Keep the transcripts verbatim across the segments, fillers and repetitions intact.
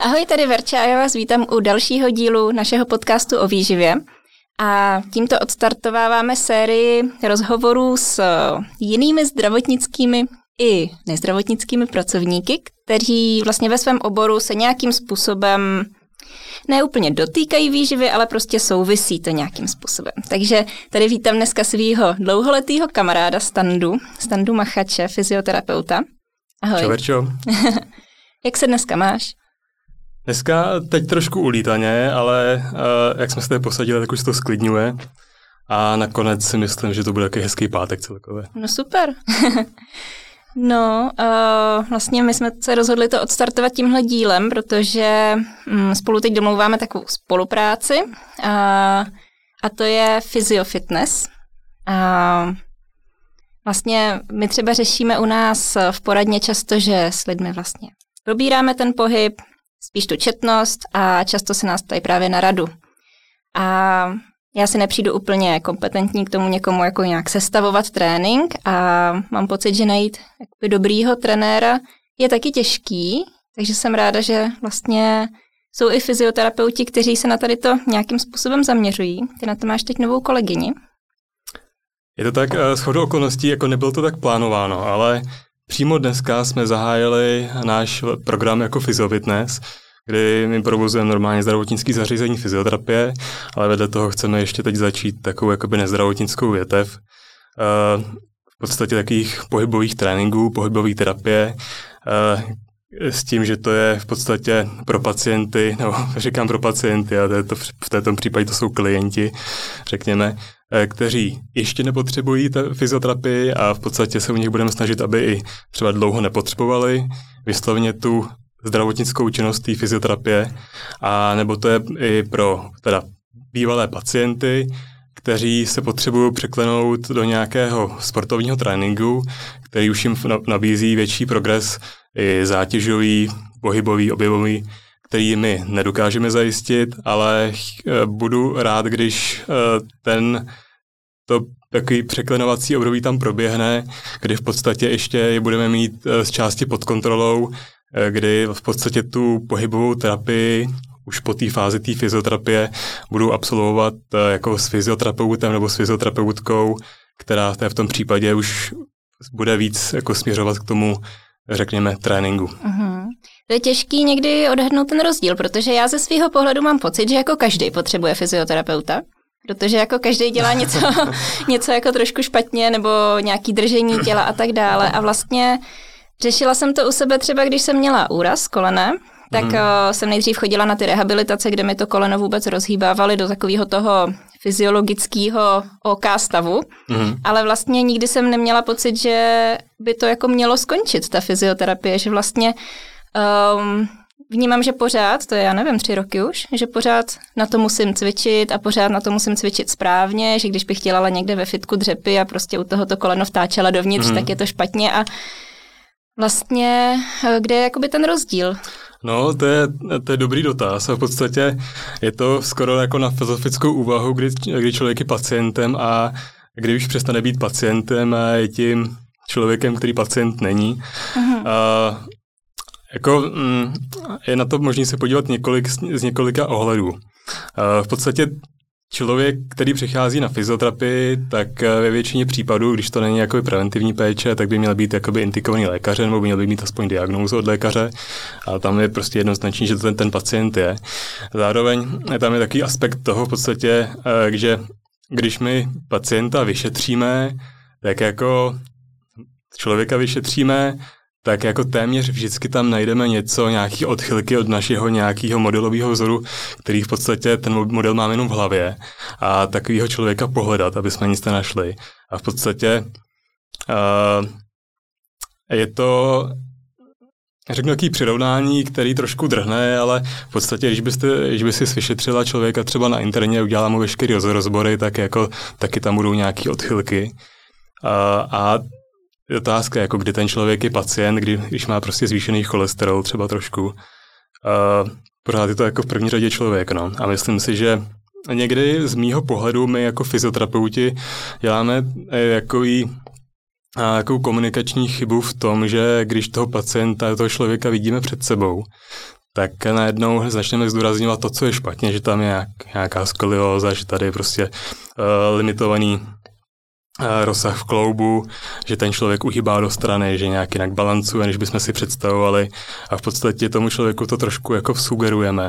Ahoj, tady Verča a já vás vítám u dalšího dílu našeho podcastu o výživě. A tímto odstartováváme sérii rozhovorů s jinými zdravotnickými i nezdravotnickými pracovníky, kteří vlastně ve svém oboru se nějakým způsobem ne úplně dotýkají výživy, ale prostě souvisí to nějakým způsobem. Takže tady vítám dneska svýho dlouholetýho kamaráda Standu, Standu Machače, fyzioterapeuta. Ahoj. Čau, Verčo. Jak se dneska máš? Dneska teď trošku ulítaně, ale uh, jak jsme se tady posadili, tak už to sklidňuje. A nakonec si myslím, že to bude takový hezký pátek celkově. No super. No, uh, vlastně my jsme se rozhodli to odstartovat tímhle dílem, protože um, spolu teď domlouváme takovou spolupráci uh, a to je fyziofitness. Uh, vlastně my třeba řešíme u nás v poradně často, že s lidmi vlastně probíráme ten pohyb, spíš tu četnost a často se nás ptají právě na radu. A já si nepřijdu úplně kompetentní k tomu někomu jako nějak sestavovat trénink a mám pocit, že najít jakoby dobrýho trenéra je taky těžký, takže jsem ráda, že vlastně jsou i fyzioterapeuti, kteří se na tady to nějakým způsobem zaměřují. Ty na to máš teď novou kolegyni. Je to tak, shodou okolností, jako nebylo to tak plánováno, ale přímo dneska jsme zahájili náš program jako Fyziofitness, kdy my provozujeme normálně zdravotnické zařízení fyzioterapie, ale vedle toho chceme ještě teď začít takovou jakoby nezdravotnickou větev. V podstatě takových pohybových tréninků, pohybové terapie, s tím, že to je v podstatě pro pacienty, nebo říkám pro pacienty, a to je to, v této případě to jsou klienti, řekněme, kteří ještě nepotřebují fyzioterapii a v podstatě se u nich budeme snažit, aby i třeba dlouho nepotřebovali vyslovně tu zdravotnickou činnost té fyzioterapie, a nebo to je i pro teda bývalé pacienty, kteří se potřebují překlenout do nějakého sportovního tréninku, který už jim nabízí větší progres, i zátěžový, pohybový, objevový, který my nedokážeme zajistit, ale budu rád, když ten to takový překlenovací období tam proběhne, kdy v podstatě ještě je budeme mít z části pod kontrolou, kdy v podstatě tu pohybovou terapii už po té fázi té fyzioterapie budu absolvovat jako s fyzioterapeutem nebo s fyzioterapeutkou, která v tom případě už bude víc jako směřovat k tomu, řekněme, tréninku. Uh-huh. To je těžký někdy odhadnout ten rozdíl, protože já ze svého pohledu mám pocit, že jako každý potřebuje fyzioterapeuta, protože jako každý dělá něco, něco jako trošku špatně nebo nějaký držení těla a tak dále. A vlastně řešila jsem to u sebe třeba, když jsem měla úraz kolene, tak mm. jsem nejdřív chodila na ty rehabilitace, kde mi to koleno vůbec rozhýbávali do takového toho fyziologického OK stavu, mm. ale vlastně nikdy jsem neměla pocit, že by to jako mělo skončit, ta fyzioterapie, že vlastně um, vnímám, že pořád, to je já nevím, tři roky už, že pořád na to musím cvičit a pořád na to musím cvičit správně, že když bych dělala někde ve fitku dřepy a prostě u toho to koleno vtáčela dovnitř, mm. tak je to špatně a vlastně kde je jakoby ten rozdíl? No, to je, to je dobrý dotaz a v podstatě je to skoro jako na filozofickou úvahu, kdy, kdy člověk je pacientem a kdy už přestane být pacientem a je tím člověkem, který pacient není. Uh-huh. A, jako, mm, je na to možné se podívat několik, z několika ohledů. A v podstatě člověk, který přichází na fyzioterapii, tak ve většině případů, když to není jakoby preventivní péče, tak by měl být jakoby indikovaný lékařem, nebo by měl by mít aspoň diagnózu od lékaře. A tam je prostě jednoznačný, že to ten, ten pacient je. Zároveň tam je takový aspekt toho v podstatě, že když my pacienta vyšetříme, tak jako člověka vyšetříme, tak jako téměř vždycky tam najdeme něco, nějaké odchylky od našeho nějakého modelového vzoru, který v podstatě ten model máme jenom v hlavě a takového člověka pohledat, aby jsme nic nenašli. A v podstatě uh, je to, řeknu, takový přirovnání, který trošku drhne, ale v podstatě, když byste, když by si vyšetřila člověka třeba na interně, udělala mu veškerý rozbory, tak jako taky tam budou nějaké odchylky. Uh, a je otázka, jako kdy ten člověk je pacient, kdy, když má prostě zvýšený cholesterol třeba trošku. Uh, pořád je to jako v první řadě člověk, no. A myslím si, že někdy z mýho pohledu my jako fyzioterapeuti děláme jakový, jakou komunikační chybu v tom, že když toho pacienta, toho člověka vidíme před sebou, tak najednou začneme zdůrazňovat to, co je špatně, že tam je nějak, nějaká skolióza, že tady je prostě uh, limitovaný uh, rozsah v kloubu, že ten člověk uhýbá do strany, že nějak jinak balancuje, než bychom si představovali a v podstatě tomu člověku to trošku jako vsugerujeme.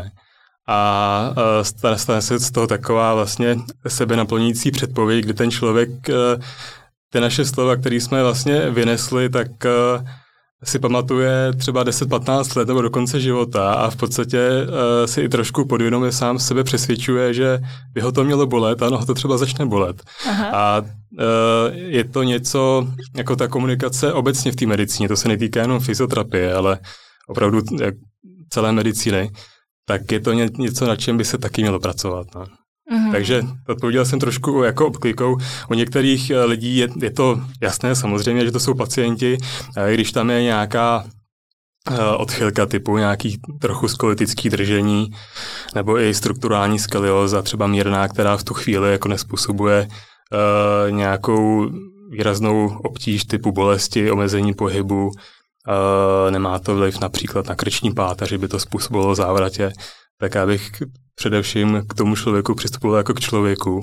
A uh, stane, stane se z toho taková vlastně sebenaplňující předpověď, kdy ten člověk uh, ty naše slova, které jsme vlastně vynesli, tak uh, si pamatuje třeba deset patnáct let nebo do konce života a v podstatě uh, si i trošku podvědomě sám sebe přesvědčuje, že by ho to mělo bolet a ono ho to třeba začne bolet. Aha. A uh, je to něco, jako ta komunikace obecně v té medicíně, to se netýká jenom fyzioterapie, ale opravdu jak celé medicíny, tak je to ně, něco, na čem by se taky mělo pracovat. No. Mm-hmm. Takže odpověděl jsem trošku jako obklikou. U některých lidí je, je to jasné samozřejmě, že to jsou pacienti, když tam je nějaká odchylka typu nějaký trochu skoliotický držení nebo i strukturální skolióza, třeba mírná, která v tu chvíli jako nezpůsobuje uh, nějakou výraznou obtíž typu bolesti, omezení pohybu, uh, nemá to vliv například na krční páteř, že by to způsobilo závratě, tak já bych především k tomu člověku přistupoval jako k člověku.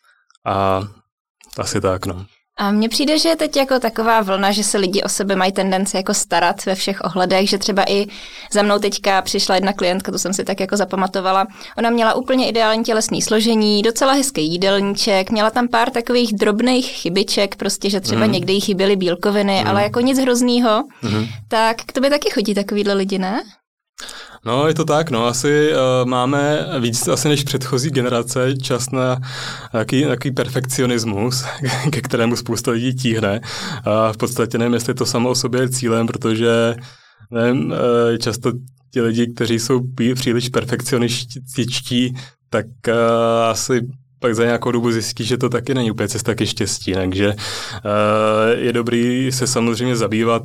A asi tak, no. A mně přijde, že je teď jako taková vlna, že se lidi o sebe mají tendenci jako starat ve všech ohledech, že třeba i za mnou teďka přišla jedna klientka, to jsem si tak jako zapamatovala. Ona měla úplně ideální tělesný složení, docela hezký jídelníček, měla tam pár takových drobných chybiček, prostě, že třeba mm. někde jí chyběly bílkoviny, mm. ale jako nic hroznýho. Mm. Tak k tobě taky chodí takovýhle lidi, ne? No, je to tak, no, asi uh, máme víc asi než předchozí generace čas na nějaký, nějaký perfekcionismus, ke kterému spousta lidí tíhne. A v podstatě nevím, jestli to samo o sobě je cílem, protože nevím, uh, často ti lidi, kteří jsou příliš perfekcionističtí, tak uh, asi pak za nějakou dobu zjistí, že to taky není úplně cesta ke štěstí. Takže uh, je dobrý se samozřejmě zabývat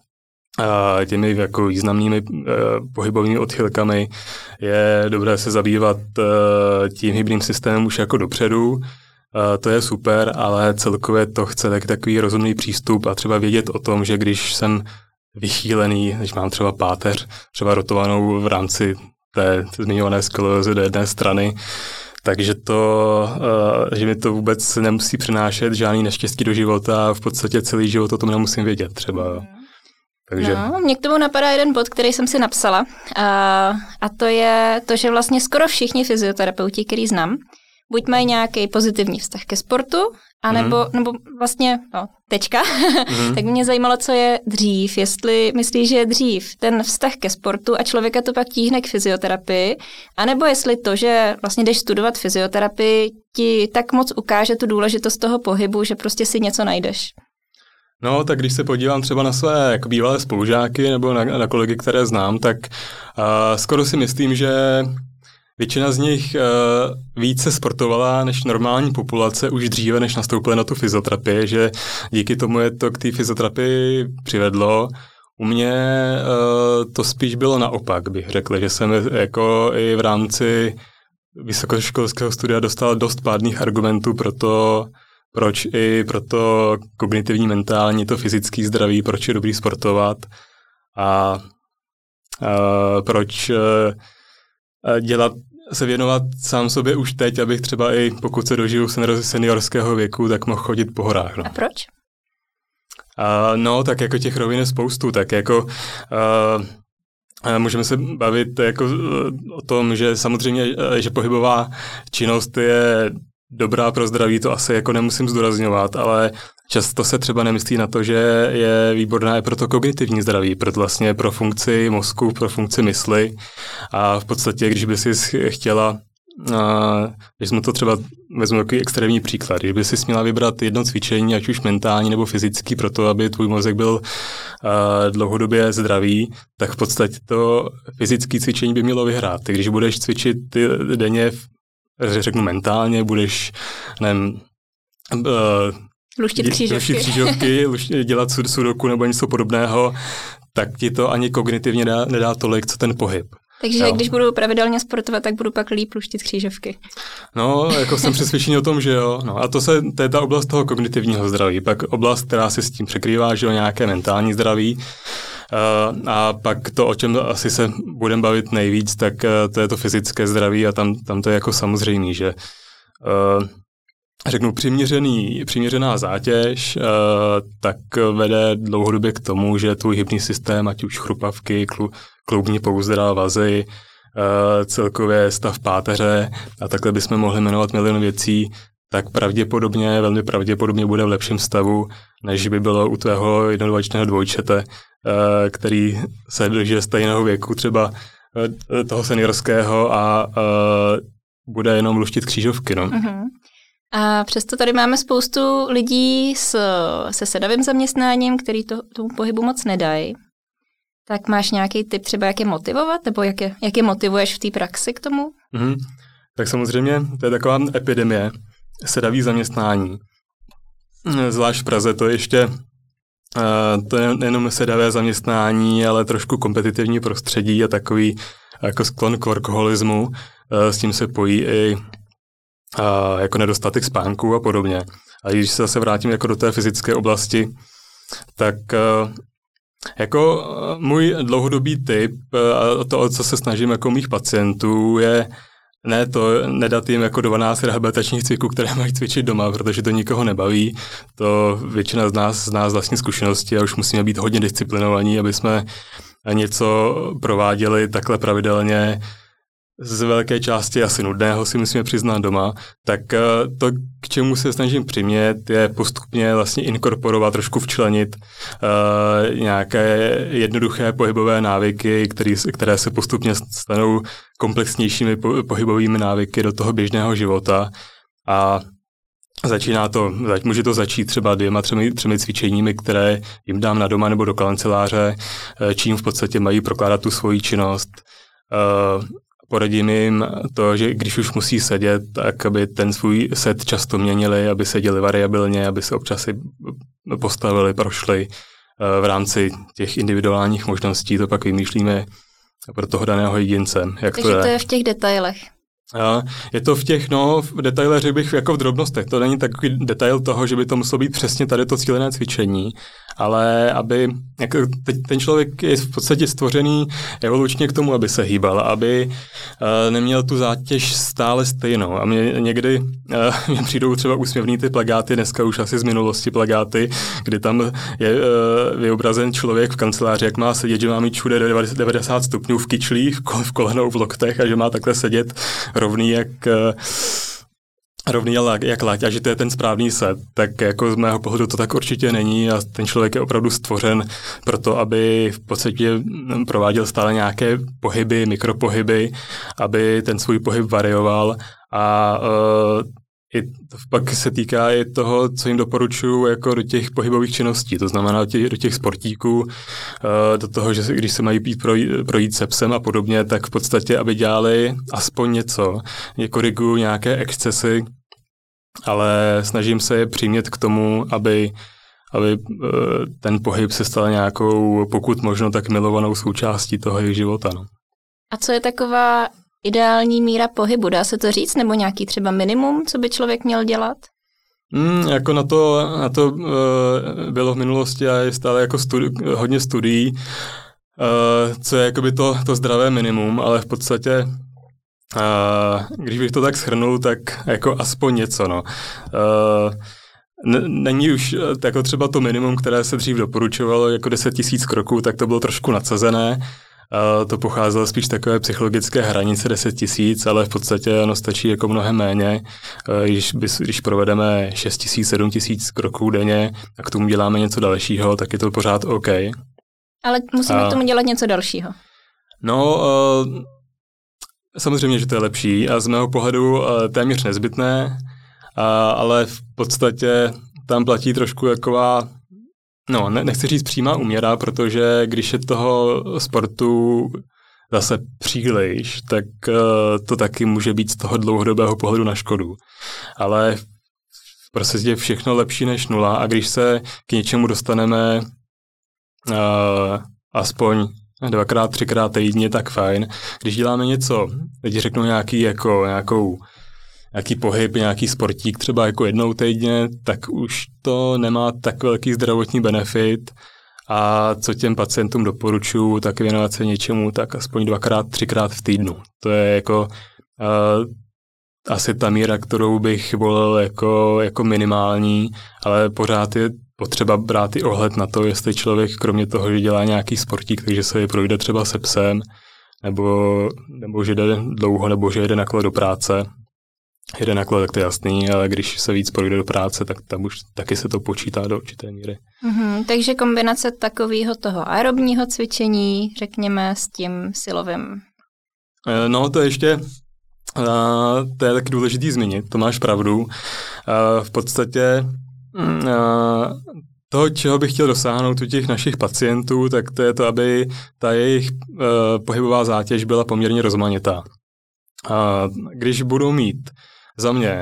a těmi jako významnými uh, pohybovými odchylkami. Je dobré se zabývat uh, tím hybným systémem už jako dopředu. Uh, to je super, ale celkově to chce tak, takový rozumný přístup a třeba vědět o tom, že když jsem vychýlený, když mám třeba páteř, třeba rotovanou v rámci té zmiňované skoliózy do jedné strany, takže to, uh, že mi to vůbec nemusí přinášet žádný neštěstí do života a v podstatě celý život o tom nemusím vědět třeba. Takže... No, mě k tomu napadá jeden bod, který jsem si napsala a, a to je to, že vlastně skoro všichni fyzioterapeuti, který znám, buď mají nějaký pozitivní vztah ke sportu, anebo, mm. nebo vlastně, no, tečka, mm. tak mě zajímalo, co je dřív, jestli myslíš, že je dřív ten vztah ke sportu a člověka to pak tíhne k fyzioterapii, anebo jestli to, že vlastně jdeš studovat fyzioterapii, ti tak moc ukáže tu důležitost toho pohybu, že prostě si něco najdeš. No, tak když se podívám třeba na své jako bývalé spolužáky nebo na, na kolegy, které znám, tak uh, skoro si myslím, že většina z nich uh, více sportovala než normální populace už dříve, než nastoupila na tu fyzioterapii, že díky tomu je to k té fyzioterapii přivedlo. U mě uh, to spíš bylo naopak, bych řekl, že jsem jako i v rámci vysokoškolského studia dostal dost pádných argumentů pro to, proč i pro to kognitivní, mentální, to fyzický zdraví, proč je dobrý sportovat a, a proč a dělat, se věnovat sám sobě už teď, abych třeba i pokud se dožiju seniorského věku, tak mohl chodit po horách. No. A proč? A, no, tak jako těch rovin je spoustu, tak jako a, můžeme se bavit jako o tom, že samozřejmě, že pohybová činnost je dobrá pro zdraví, to asi jako nemusím zdůrazňovat, ale často se třeba nemyslí na to, že je výborná i pro to kognitivní zdraví, pro vlastně pro funkci mozku, pro funkci mysli a v podstatě, když by si chtěla, když jsme to třeba vezmu takový extrémní příklad, když by si měla vybrat jedno cvičení, ať už mentální nebo fyzický, pro to, aby tvůj mozek byl dlouhodobě zdravý, tak v podstatě to fyzické cvičení by mělo vyhrát. Když budeš cvičit denně řeknu mentálně, budeš, nevím, uh, luštit křížovky, křížovky dělat sudoku nebo něco podobného, tak ti to ani kognitivně nedá, nedá tolik, co ten pohyb. Takže jo. Když budu pravidelně sportovat, tak budu pak líp luštit křížovky. No, jako jsem přesvědčený o tom, že jo. No, a to, se, to je ta oblast toho kognitivního zdraví. Pak oblast, která se s tím překrývá, že jo, nějaké mentální zdraví. A pak to, o čem asi se budeme bavit nejvíc, tak to je to fyzické zdraví a tam, tam to je jako samozřejmý, že řeknu přiměřený, přiměřená zátěž, tak vede dlouhodobě k tomu, že tvůj hybný systém, ať už chrupavky, kloubní pouzdra, vazy, celkově stav páteře a takhle bychom mohli jmenovat milion věcí, tak pravděpodobně, velmi pravděpodobně bude v lepším stavu, než by bylo u tvého jednoročného dvojčete, který se dožije stejného věku, třeba toho seniorského a bude jenom luštit křížovky. No. Uh-huh. A přesto tady máme spoustu lidí s, se sedavým zaměstnáním, který to, tomu pohybu moc nedají. Tak máš nějaký tip třeba, jak je motivovat, nebo jak je, jak je motivuješ v té praxi k tomu? Uh-huh. Tak samozřejmě, to je taková epidemie, sedavý zaměstnání. Zvlášť v Praze to je ještě uh, to je nejenom sedavé zaměstnání, ale trošku kompetitivní prostředí a takový jako sklon k workoholismu. Uh, s tím se pojí i uh, jako nedostatek spánku a podobně. A když se zase vrátím jako do té fyzické oblasti, tak uh, jako uh, můj dlouhodobý tip uh, a to, o co se snažím jako mých pacientů, je ne to, nedat jim jako dvanáct rehabilitačních cviků, které mají cvičit doma, protože to nikoho nebaví. To většina z nás zná z vlastní zkušenosti a už musíme být hodně disciplinovaní, aby jsme něco prováděli takhle pravidelně z velké části asi nudného, si musíme přiznat doma. Tak to, k čemu se snažím přimět, je postupně vlastně inkorporovat, trošku včlenit uh, nějaké jednoduché pohybové návyky, který, které se postupně stanou komplexnějšími po, pohybovými návyky do toho běžného života. A začíná to, může to začít třeba dvěma, třemi, třemi cvičeními, které jim dám na doma nebo do kanceláře, čím v podstatě mají prokládat tu svoji činnost. Uh, Poradím jim to, že když už musí sedět, tak aby ten svůj set často měnili, aby seděli variabilně, aby se občas si postavili, prošli v rámci těch individuálních možností, to pak vymýšlíme pro toho daného jedince. Jak Takže to je. to je v těch detailech. A je to v těch, no, v detailech, řekl bych, jako v drobnostech. To není takový detail toho, že by to muselo být přesně tady to cílené cvičení, ale aby, jako teď ten člověk je v podstatě stvořený evolučně k tomu, aby se hýbal, aby uh, neměl tu zátěž stále stejnou. A mě někdy uh, mě přijdou třeba úsměvný ty plakáty, dneska už asi z minulosti plakáty, kdy tam je uh, vyobrazen člověk v kanceláři, jak má sedět, že má mít všude devadesát stupňů v kyčlích, v kolenou, v loktech a že má takhle sedět rovný jak, rovný jak lať a že to je ten správný set, tak jako z mého pohledu to tak určitě není a ten člověk je opravdu stvořen pro to, aby v podstatě prováděl stále nějaké pohyby, mikropohyby, aby ten svůj pohyb varioval a uh, i to pak se týká i toho, co jim doporučuji jako do těch pohybových činností, to znamená do těch, do těch sportíků, do toho, že když se mají pít projít, projít se psem a podobně, tak v podstatě, aby dělali aspoň něco. Je koriguju nějaké excesy, ale snažím se je přimět k tomu, aby, aby ten pohyb se stal nějakou, pokud možno, tak milovanou součástí toho jejich života. No. A co je taková ideální míra pohybu, dá se to říct, nebo nějaký třeba minimum, co by člověk měl dělat? Mm, jako na to, na to uh, bylo v minulosti a je stále jako studi- hodně studií, uh, co je jakoby to, to zdravé minimum, ale v podstatě, uh, když bych to tak shrnul, tak jako aspoň něco, no. Uh, n- není už jako třeba to minimum, které se dřív doporučovalo, jako deset tisíc kroků, tak to bylo trošku nadsazené. Uh, to pocházelo spíš takové psychologické hranice deset tisíc, ale v podstatě ono stačí jako mnohem méně. Uh, když, když provedeme šest tisíc, sedm tisíc kroků denně a k tomu děláme něco dalšího, tak je to pořád OK. Ale musíme uh, k tomu dělat něco dalšího. No, uh, samozřejmě, že to je lepší a z mého pohledu uh, téměř nezbytné, uh, ale v podstatě tam platí trošku taková No, ne, nechci říct přímá úměra, protože když je toho sportu zase příliš, tak uh, to taky může být z toho dlouhodobého pohledu na škodu. Ale prostě je všechno lepší než nula a když se k něčemu dostaneme uh, aspoň dvakrát, třikrát týdně, tak fajn. Když děláme něco, teď řeknu nějaký, jako, nějakou nějaký pohyb, nějaký sportík třeba jako jednou týdně, tak už to nemá tak velký zdravotní benefit a co těm pacientům doporučuji, tak věnovat se něčemu tak aspoň dvakrát, třikrát v týdnu. To je jako uh, asi ta míra, kterou bych volil jako, jako minimální, ale pořád je potřeba brát i ohled na to, jestli člověk kromě toho, že dělá nějaký sportík, takže se projde třeba se psem, nebo, nebo že jde dlouho, nebo že jede na kole do práce. Jede na kole, tak to je jasný, ale když se víc projde do práce, tak tam už taky se to počítá do určité míry. Mm-hmm, takže kombinace takového toho aerobního cvičení, řekněme, s tím silovým. No, to je ještě, to je taky důležitý zmínit, to máš pravdu. V podstatě toho, čeho bych chtěl dosáhnout u těch našich pacientů, tak to je to, aby ta jejich pohybová zátěž byla poměrně rozmanitá. Když budou mít za mě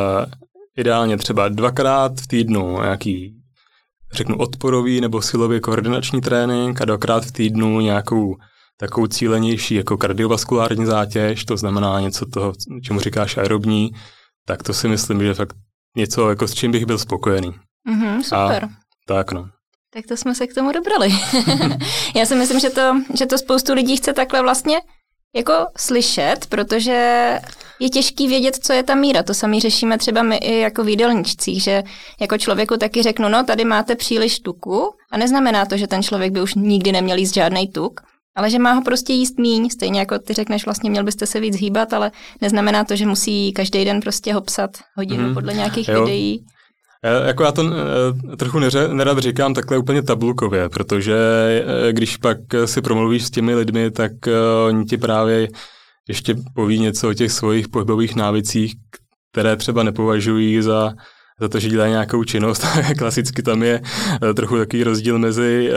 ideálně třeba dvakrát v týdnu nějaký, řeknu, odporový nebo silový koordinační trénink a dvakrát v týdnu nějakou takovou cílenější jako kardiovaskulární zátěž, to znamená něco toho, čemu říkáš aerobní, tak to si myslím, že fakt něco, jako s čím bych byl spokojený. Mm-hmm, super. A, tak no. Tak to jsme se k tomu dobrali. Já si myslím, že to, že to spoustu lidí chce takhle vlastně jako slyšet, protože je těžký vědět, co je ta míra. To samý řešíme třeba my i jako v jídelníčcích, že jako člověku taky řeknu, no tady máte příliš tuku a neznamená to, že ten člověk by už nikdy neměl jíst žádnej tuk, ale že má ho prostě jíst míň, stejně jako ty řekneš, vlastně měl byste se víc hýbat, ale neznamená to, že musí každý den prostě hopsat hodinu hmm. podle nějakých jo. videí. Jako já to trochu neře, nerad říkám takhle úplně tabulkově, protože když pak si promluvíš s těmi lidmi, tak oni ti právě ještě poví něco o těch svých pohybových návicích, které třeba nepovažují za, za to, že dělají nějakou činnost. Klasicky tam je trochu takový rozdíl mezi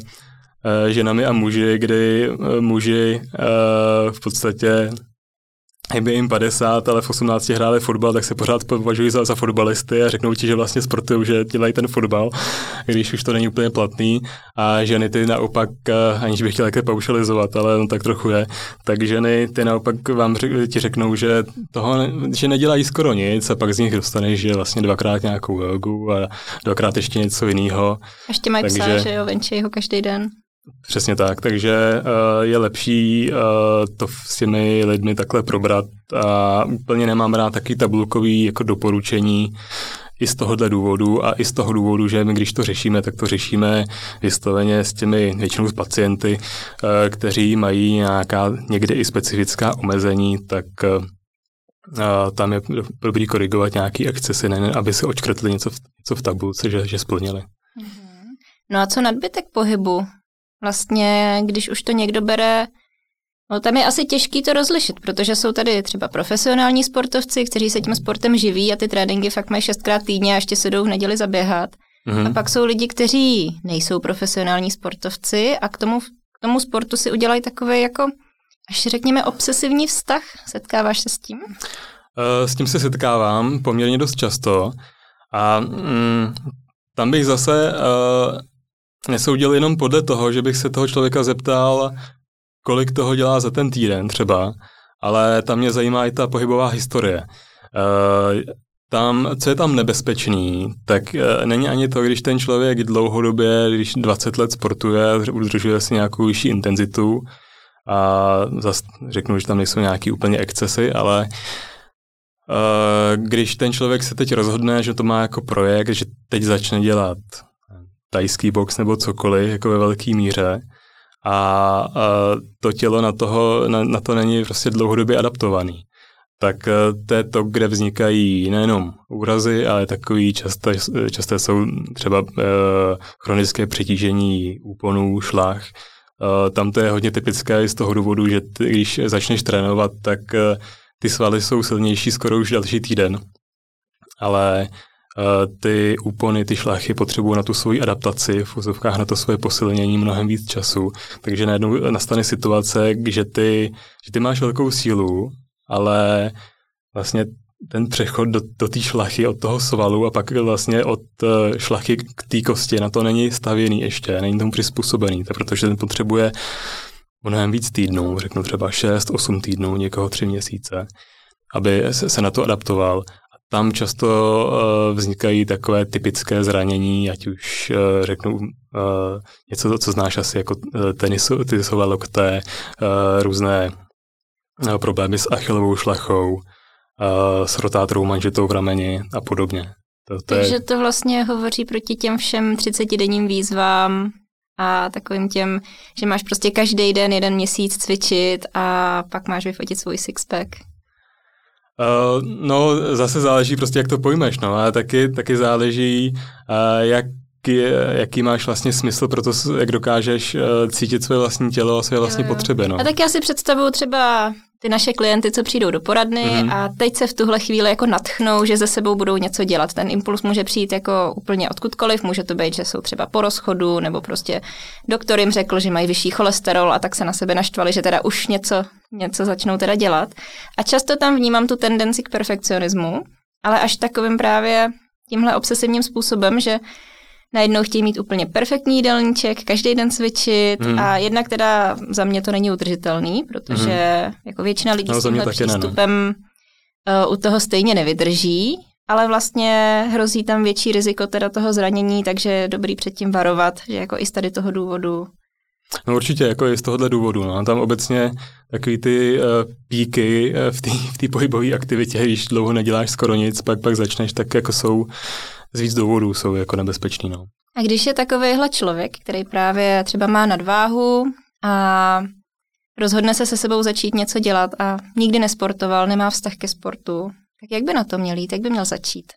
ženami a muži, kdy muži v podstatě kdyby jim padesát, ale v osmnácti hráli fotbal, tak se pořád považují za, za fotbalisty a řeknou ti, že vlastně sportují, že dělají ten fotbal, když už to není úplně platný. A ženy ty naopak, aniž bych chtěl také paušalizovat, ale no tak trochu je, tak ženy ty naopak vám řek, ti řeknou, že toho, že nedělají skoro nic a pak z nich dostaneš, že vlastně dvakrát nějakou jogu a dvakrát ještě něco jiného. Ještě mají takže psa, že jo, venčí ho každý den. Přesně tak, takže uh, je lepší uh, to s těmi lidmi takhle probrat a úplně nemám rád taky tabulkový jako doporučení i z tohohle důvodu a i z toho důvodu, že my když to řešíme, tak to řešíme vysloveně s těmi většinou s pacienty, uh, kteří mají nějaká někdy i specifická omezení, tak uh, tam je dobrý korigovat nějaký excesy, ne, aby si očkrtli něco v, něco v tabulce, že, že splnili. Mm-hmm. No a co nadbytek pohybu? Vlastně, když už to někdo bere, no tam je asi těžký to rozlišit, protože jsou tady třeba profesionální sportovci, kteří se tím sportem živí a ty tréninky fakt mají šestkrát týdně a ještě se jdou v neděli zaběhat. Mm-hmm. A pak jsou lidi, kteří nejsou profesionální sportovci a k tomu, k tomu sportu si udělají takový jako, až řekněme, obsesivní vztah. Setkáváš se s tím? S tím se setkávám poměrně dost často a mm, tam bych zase... Uh, nesoudil jenom podle toho, že bych se toho člověka zeptal, kolik toho dělá za ten týden třeba, ale tam mě zajímá i ta pohybová historie. Uh, tam, co je tam nebezpečný, tak uh, není ani to, když ten člověk dlouhodobě, když dvacet let sportuje, udržuje si nějakou vyšší intenzitu a zase řeknu, že tam nejsou nějaký úplně excesy, ale uh, když ten člověk se teď rozhodne, že to má jako projekt, že teď začne dělat tajský box nebo cokoliv, jako ve velké míře a, a to tělo na, toho, na, na to není prostě dlouhodobě adaptovaný. Tak to je to, kde vznikají nejenom úrazy, ale takový časté, časté jsou třeba e, chronické přetížení úponů, šlach. E, tam to je hodně typické z toho důvodu, že ty, když začneš trénovat, tak e, ty svaly jsou silnější skoro už další týden. Ale ty úpony, ty šlachy potřebují na tu svoji adaptaci, v úzovkách na to svoje posilnění mnohem víc času. Takže najednou nastane situace, že ty, že ty máš velkou sílu, ale vlastně ten přechod do, do té šlachy od toho svalu a pak vlastně od šlachy k té kosti, na to není stavěný ještě, není tomu přizpůsobený, protože ten potřebuje mnohem víc týdnů, řeknu třeba šest, osm týdnů, někoho tři měsíce, aby se, se na to adaptoval. tam často uh, vznikají takové typické zranění, ať už uh, řeknu uh, něco, co znáš asi jako teniso, tenisové lokte, uh, různé uh, problémy s achilovou šlachou, uh, s rotátorou manžetou v rameni a podobně. To, to Takže je... to vlastně hovoří proti těm všem třicetidenním výzvám a takovým těm, že máš prostě každý den jeden měsíc cvičit a pak máš vyfotit svůj sixpack. Uh, no, zase záleží prostě, jak to pojmeš, no, a taky, taky záleží, uh, jak, jaký máš vlastně smysl pro to, jak dokážeš uh, cítit své vlastní tělo a své vlastní jo, jo. potřeby, no. A tak já si představuju třeba ty naše klienty, co přijdou do poradny mm-hmm. a teď se v tuhle chvíli jako natchnou, že ze sebou budou něco dělat. Ten impuls může přijít jako úplně odkudkoliv, může to být, že jsou třeba po rozchodu, nebo prostě doktor jim řekl, že mají vyšší cholesterol a tak se na sebe naštvali, že teda už něco, něco začnou teda dělat. A často tam vnímám tu tendenci k perfekcionismu, ale až takovým právě tímhle obsesivním způsobem, že najednou chtějí mít úplně perfektní jídelníček, každý den cvičit hmm. a jednak teda za mě to není udržitelný, protože hmm. jako většina lidí no, s tímhle přístupem ne, no. uh, u toho stejně nevydrží, ale vlastně hrozí tam větší riziko teda toho zranění, takže je dobrý předtím varovat, že jako i z tady toho důvodu. No určitě, jako i z tohohle důvodu. No. Tam obecně takový ty uh, píky uh, v té v té pohybové aktivitě, když dlouho neděláš skoro nic, pak pak začneš, tak jako jsou z víc důvodů, jsou jako nebezpečný. No. A když je takovýhle člověk, který právě třeba má nadváhu a rozhodne se se sebou začít něco dělat a nikdy nesportoval, nemá vztah ke sportu, tak jak by na to měl jít, jak by měl začít?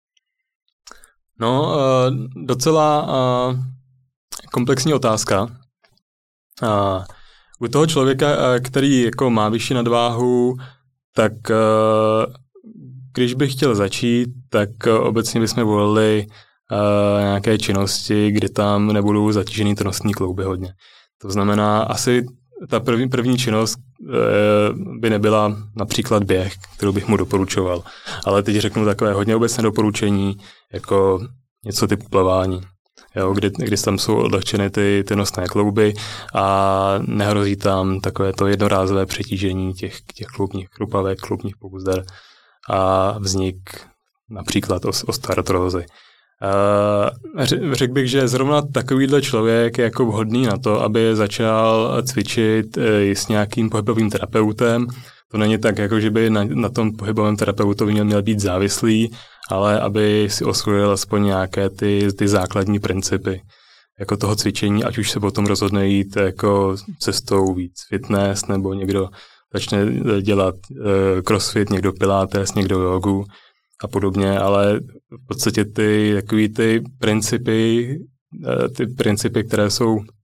No, uh, docela uh, komplexní otázka. Uh, u toho člověka, uh, který jako má vyšší nadváhu, tak uh, když bych chtěl začít, tak uh, obecně bychom volili uh, nějaké činnosti, kdy tam nebudou zatížený nosní klouby hodně. To znamená, asi ta první, první činnost uh, by nebyla například běh, kterou bych mu doporučoval. Ale teď řeknu takové hodně obecné doporučení, jako něco typu plavání. Jo, kdy, kdy tam jsou odlehčeny ty, ty nosné klouby a nehrozí tam takové to jednorázové přetížení těch, těch kloubních chrupavek, kloubních pouzder a vznik například osteoartrózy. Řekl bych, že zrovna takovýhle člověk je jako vhodný na to, aby začal cvičit s nějakým pohybovým terapeutem. To není tak, jako že by na, na tom pohybovém terapeutovi měl, měl být závislý, ale aby si osvojil aspoň nějaké ty, ty základní principy jako toho cvičení, ať už se potom rozhodne jít jako cestou víc fitness, nebo někdo začne dělat uh, crossfit, někdo pilates, někdo jogu a podobně, ale v podstatě ty takový ty principy, uh, ty principy, které jsou uh,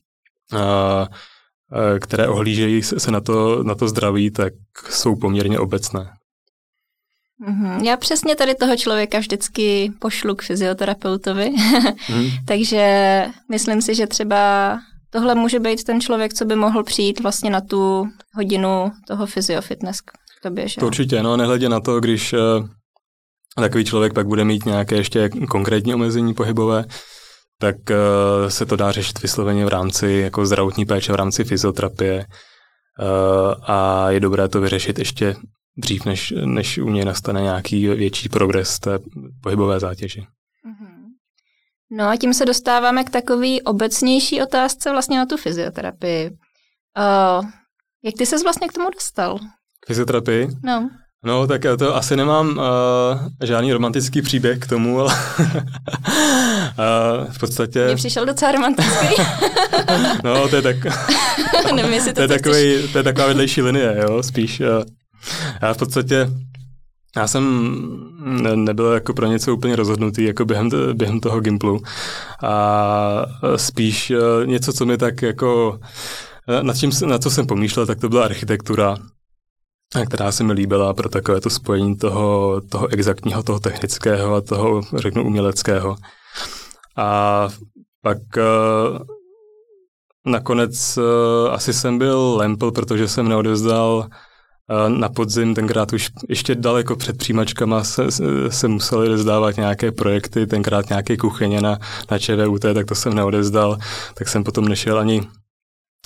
které ohlížejí se na to, na to zdraví, tak jsou poměrně obecné. Mm-hmm. Já přesně tady toho člověka vždycky pošlu k fyzioterapeutovi, mm. takže myslím si, že třeba tohle může být ten člověk, co by mohl přijít vlastně na tu hodinu toho fyziofitness k tobě, že? To určitě, no nehledě na to, když uh, takový člověk pak bude mít nějaké ještě konkrétní omezení pohybové, tak uh, se to dá řešit vysloveně v rámci jako zdravotní péče, v rámci fyzioterapie uh, a je dobré to vyřešit ještě dřív, než, než u něj nastane nějaký větší progres té pohybové zátěži. Mm-hmm. No a tím se dostáváme k takový obecnější otázce vlastně na tu fyzioterapii. Uh, jak ty ses vlastně k tomu dostal? K fyzioterapii? No. No, tak já to asi nemám uh, žádný romantický příběh k tomu, ale uh, v podstatě... Mně přišel docela romantický. No, to je tak... Nevím, jestli to, to, je takový, to je taková vedlejší linie, jo, spíš. Uh, já v podstatě... Já jsem nebyl jako pro něco úplně rozhodnutý jako během, během toho Gimplu a spíš uh, něco, co mi tak jako... Nad, čím, na co jsem pomýšlel, tak to byla architektura, která se mi líbila pro takové to spojení toho, toho exaktního, toho technického a toho, řeknu, uměleckého. A pak uh, nakonec uh, asi jsem byl lempl, protože jsem neodevzdal uh, na podzim, tenkrát už ještě daleko před přijímačkama se, se, se museli rozdávat nějaké projekty, tenkrát nějaké kuchyně na, na ČVUT, tak to jsem neodevzdal, tak jsem potom nešel ani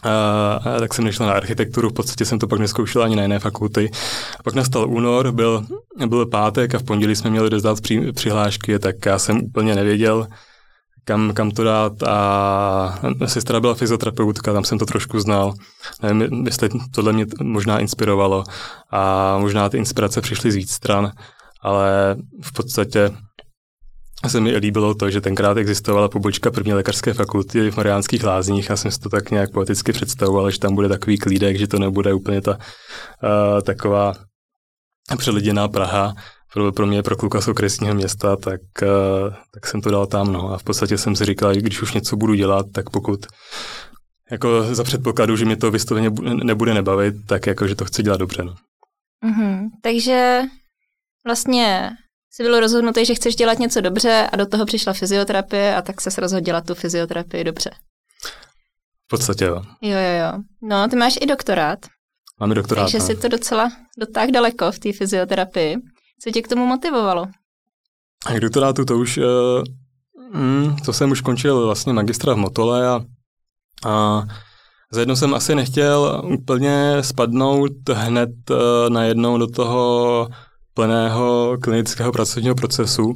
a tak jsem nešel na architekturu, v podstatě jsem to pak neskoušel ani na jiné fakulty. A pak nastal únor, byl, byl pátek a v pondělí jsme měli dozdat při, přihlášky, tak já jsem úplně nevěděl, kam, kam to dát a sestra byla fyzioterapeutka, tam jsem to trošku znal. Nevím, jestli tohle mě možná inspirovalo a možná ty inspirace přišly z víc stran, ale v podstatě se mi líbilo to, že tenkrát existovala pobočka první lékařské fakulty v Mariánských Lázních a jsem si to tak nějak poeticky představoval, že tam bude takový klídek, že to nebude úplně ta uh, taková přeliděná Praha. Pro, pro mě, pro kluka z okresního města, tak, uh, tak jsem to dal tam. No. A v podstatě jsem si říkal, když už něco budu dělat, tak pokud jako za předpokladu, že mě to vysloveně nebude nebavit, tak jako, že to chci dělat dobře. No. Mm-hmm. Takže vlastně jsi byl rozhodnutý, že chceš dělat něco dobře a do toho přišla fyzioterapie a tak ses rozhodl dělat tu fyzioterapii dobře. V podstatě jo. Jo, jo, jo. No, ty máš i doktorát. Mám i doktorát. Takže no. si to docela dotáhl daleko v té fyzioterapii. Co tě k tomu motivovalo? A k doktorátu to už, uh, mm, to jsem už končil vlastně magistra v Motole a, a zajednou jsem asi nechtěl úplně spadnout hned uh, najednou do toho plného klinického pracovního procesu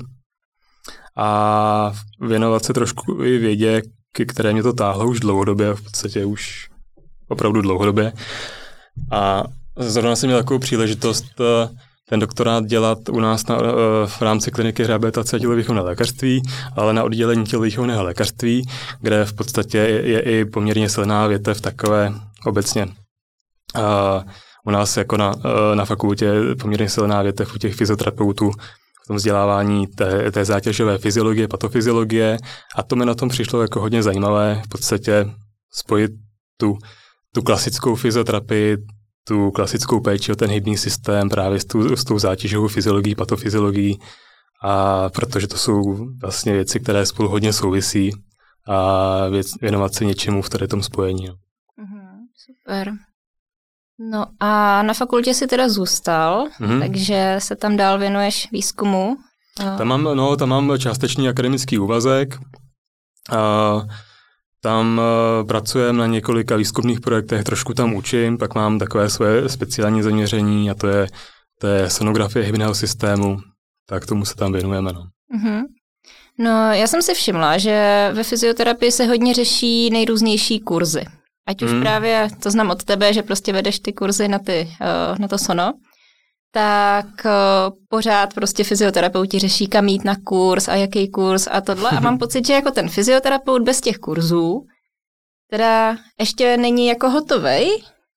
a věnovat se trošku i vědě, k které mě to táhlo už dlouhodobě, v podstatě už opravdu dlouhodobě. A zrovna jsem měl takovou příležitost ten doktorát dělat u nás na, v rámci kliniky rehabilitace a tělovýchovného lékařství, ale na oddělení tělovýchovného lékařství, kde v podstatě je, je i poměrně silná větev takové obecně. A u nás jako na, na fakultě je poměrně silná větev u těch fyzioterapeutů v tom vzdělávání té, té zátěžové fyziologie, patofyziologie a to mi na tom přišlo jako hodně zajímavé v podstatě spojit tu, tu klasickou fyzioterapii, tu klasickou péči o ten hybný systém právě s tou, s tou zátěžovou fyziologií, patofyziologií a protože to jsou vlastně věci, které spolu hodně souvisí a věc, věnovat se něčemu v tady tom spojení. Mm, super. No a na fakultě si teda zůstal, mm-hmm. takže se tam dál věnuješ výzkumu. Tam mám, no, tam mám částečný akademický úvazek. A tam uh, pracujeme na několika výzkumných projektech, trošku tam učím, pak mám takové své speciální zaměření a to je, to je sonografie hybného systému, tak tomu se tam věnujeme. No. Mm-hmm. No, já jsem si všimla, že ve fyzioterapii se hodně řeší nejrůznější kurzy. Ať už hmm. právě, to znám od tebe, že prostě vedeš ty kurzy na, ty, uh, na to sono, tak uh, pořád prostě fyzioterapeuti řeší, kam jít na kurz a jaký kurz a tohle. A mám pocit, že jako ten fyzioterapeut bez těch kurzů teda ještě není jako hotovej.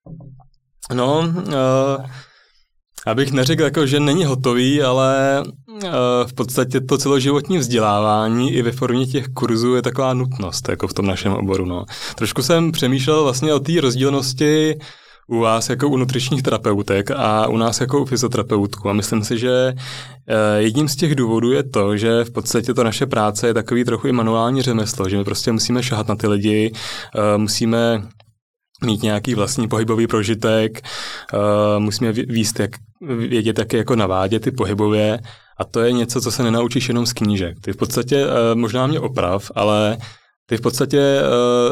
No, uh, abych neřekl, jako, že není hotový, ale uh, v podstatě to celoživotní vzdělávání i ve formě těch kurzů je taková nutnost jako v tom našem oboru. No. Trošku jsem přemýšlel vlastně o té rozdílnosti u vás jako u nutričních terapeutek a u nás jako u fyzioterapeutů. A myslím si, že jedním z těch důvodů je to, že v podstatě to naše práce je takový trochu i manuální řemeslo, že my prostě musíme šahat na ty lidi, musíme mít nějaký vlastní pohybový prožitek, musíme víst, jak, vědět, jak je jako navádět ty pohybově a to je něco, co se nenaučíš jenom z knížek. Ty v podstatě, možná mě oprav, ale ty v podstatě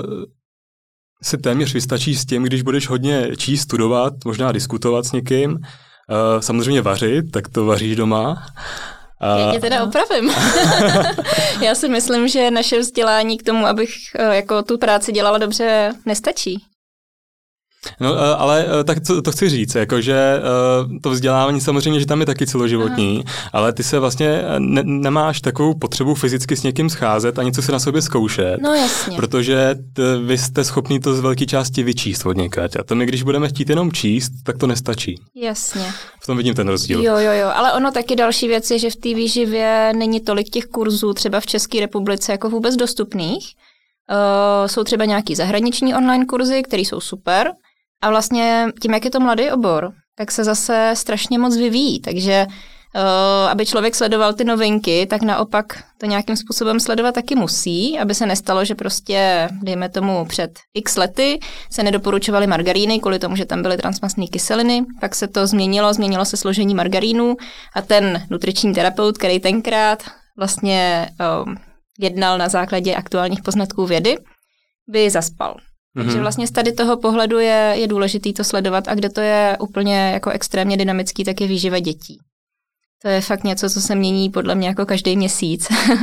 si téměř vystačí s tím, když budeš hodně číst, studovat, možná diskutovat s někým, uh, samozřejmě vařit, tak to vaříš doma. Uh, Já tě teda opravím. Já si myslím, že naše vzdělání k tomu, abych uh, jako tu práci dělala dobře, nestačí. No, ale tak to, to chci říct, jakože to vzdělávání samozřejmě, že tam je taky celoživotní, Aha. ale ty se vlastně ne, nemáš takovou potřebu fyzicky s někým scházet a něco si na sobě zkoušet. No jasně. Protože t, vy jste schopný to z velké části vyčíst od někať. A to my, když budeme chtít jenom číst, tak to nestačí. Jasně. V tom vidím ten rozdíl. Jo, jo, jo, ale ono taky další věc je, že v té výživě není tolik těch kurzů třeba v České republice jako vůbec dostupných. Uh, jsou třeba nějaký zahraniční online kurzy, které jsou super. A vlastně tím, jak je to mladý obor, tak se zase strašně moc vyvíjí. Takže uh, aby člověk sledoval ty novinky, tak naopak to nějakým způsobem sledovat taky musí, aby se nestalo, že prostě, dejme tomu před x lety, se nedoporučovaly margaríny kvůli tomu, že tam byly transmastné kyseliny. Pak se to změnilo, změnilo se složení margarínů a ten nutriční terapeut, který tenkrát vlastně um, jednal na základě aktuálních poznatků vědy, by zaspal. Takže mm-hmm. vlastně z tady toho pohledu je, je důležitý to sledovat a kde to je úplně jako extrémně dynamický, tak je výživa dětí. To je fakt něco, co se mění podle mě jako každý měsíc.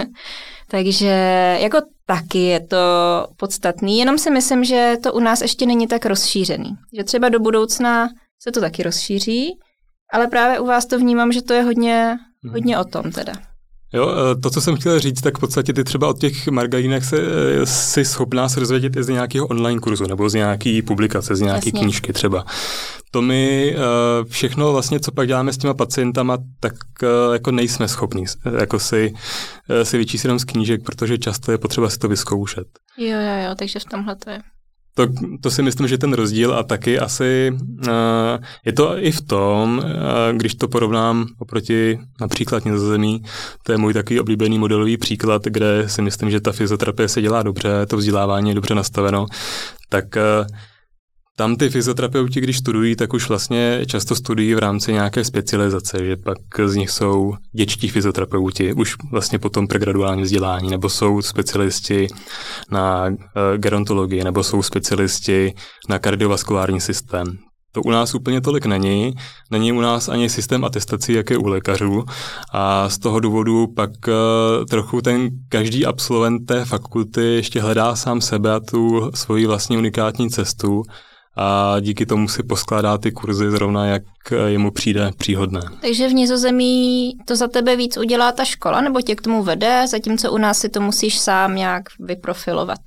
Takže jako taky je to podstatný, jenom si myslím, že to u nás ještě není tak rozšířený. Že třeba do budoucna se to taky rozšíří, ale právě u vás to vnímám, že to je hodně, hodně o tom teda. Jo, to, co jsem chtěl říct, tak v podstatě ty třeba od těch margarínek se, jsi schopná se dozvědět i z nějakého online kurzu nebo z nějaký publikace, z nějaké knížky třeba. To my všechno vlastně, co pak děláme s těma pacientama, tak jako nejsme schopní jako si, si vyčíst jenom z knížek, protože často je potřeba si to vyzkoušet. Jo, jo, jo, takže v tomhle to je. To, to si myslím, že ten rozdíl a taky asi uh, je to i v tom, uh, když to porovnám oproti například Nizozemí, to je můj takový oblíbený modelový příklad, kde si myslím, že ta fyzioterapie se dělá dobře, to vzdělávání je dobře nastaveno, tak uh, tam ty fyzioterapeuti, když studují, tak už vlastně často studují v rámci nějaké specializace, že pak z nich jsou dětští fyzioterapeuti, už vlastně potom pregraduální vzdělání, nebo jsou specialisti na uh, gerontologii, nebo jsou specialisti na kardiovaskulární systém. To u nás úplně tolik není, není u nás ani systém atestací, jak je u lékařů a z toho důvodu pak uh, trochu ten každý absolvent té fakulty ještě hledá sám sebe a tu svoji vlastní unikátní cestu, a díky tomu si poskládá ty kurzy zrovna, jak jemu přijde příhodné. Takže v Nizozemí to za tebe víc udělá ta škola, nebo tě k tomu vede, zatímco u nás si to musíš sám nějak vyprofilovat?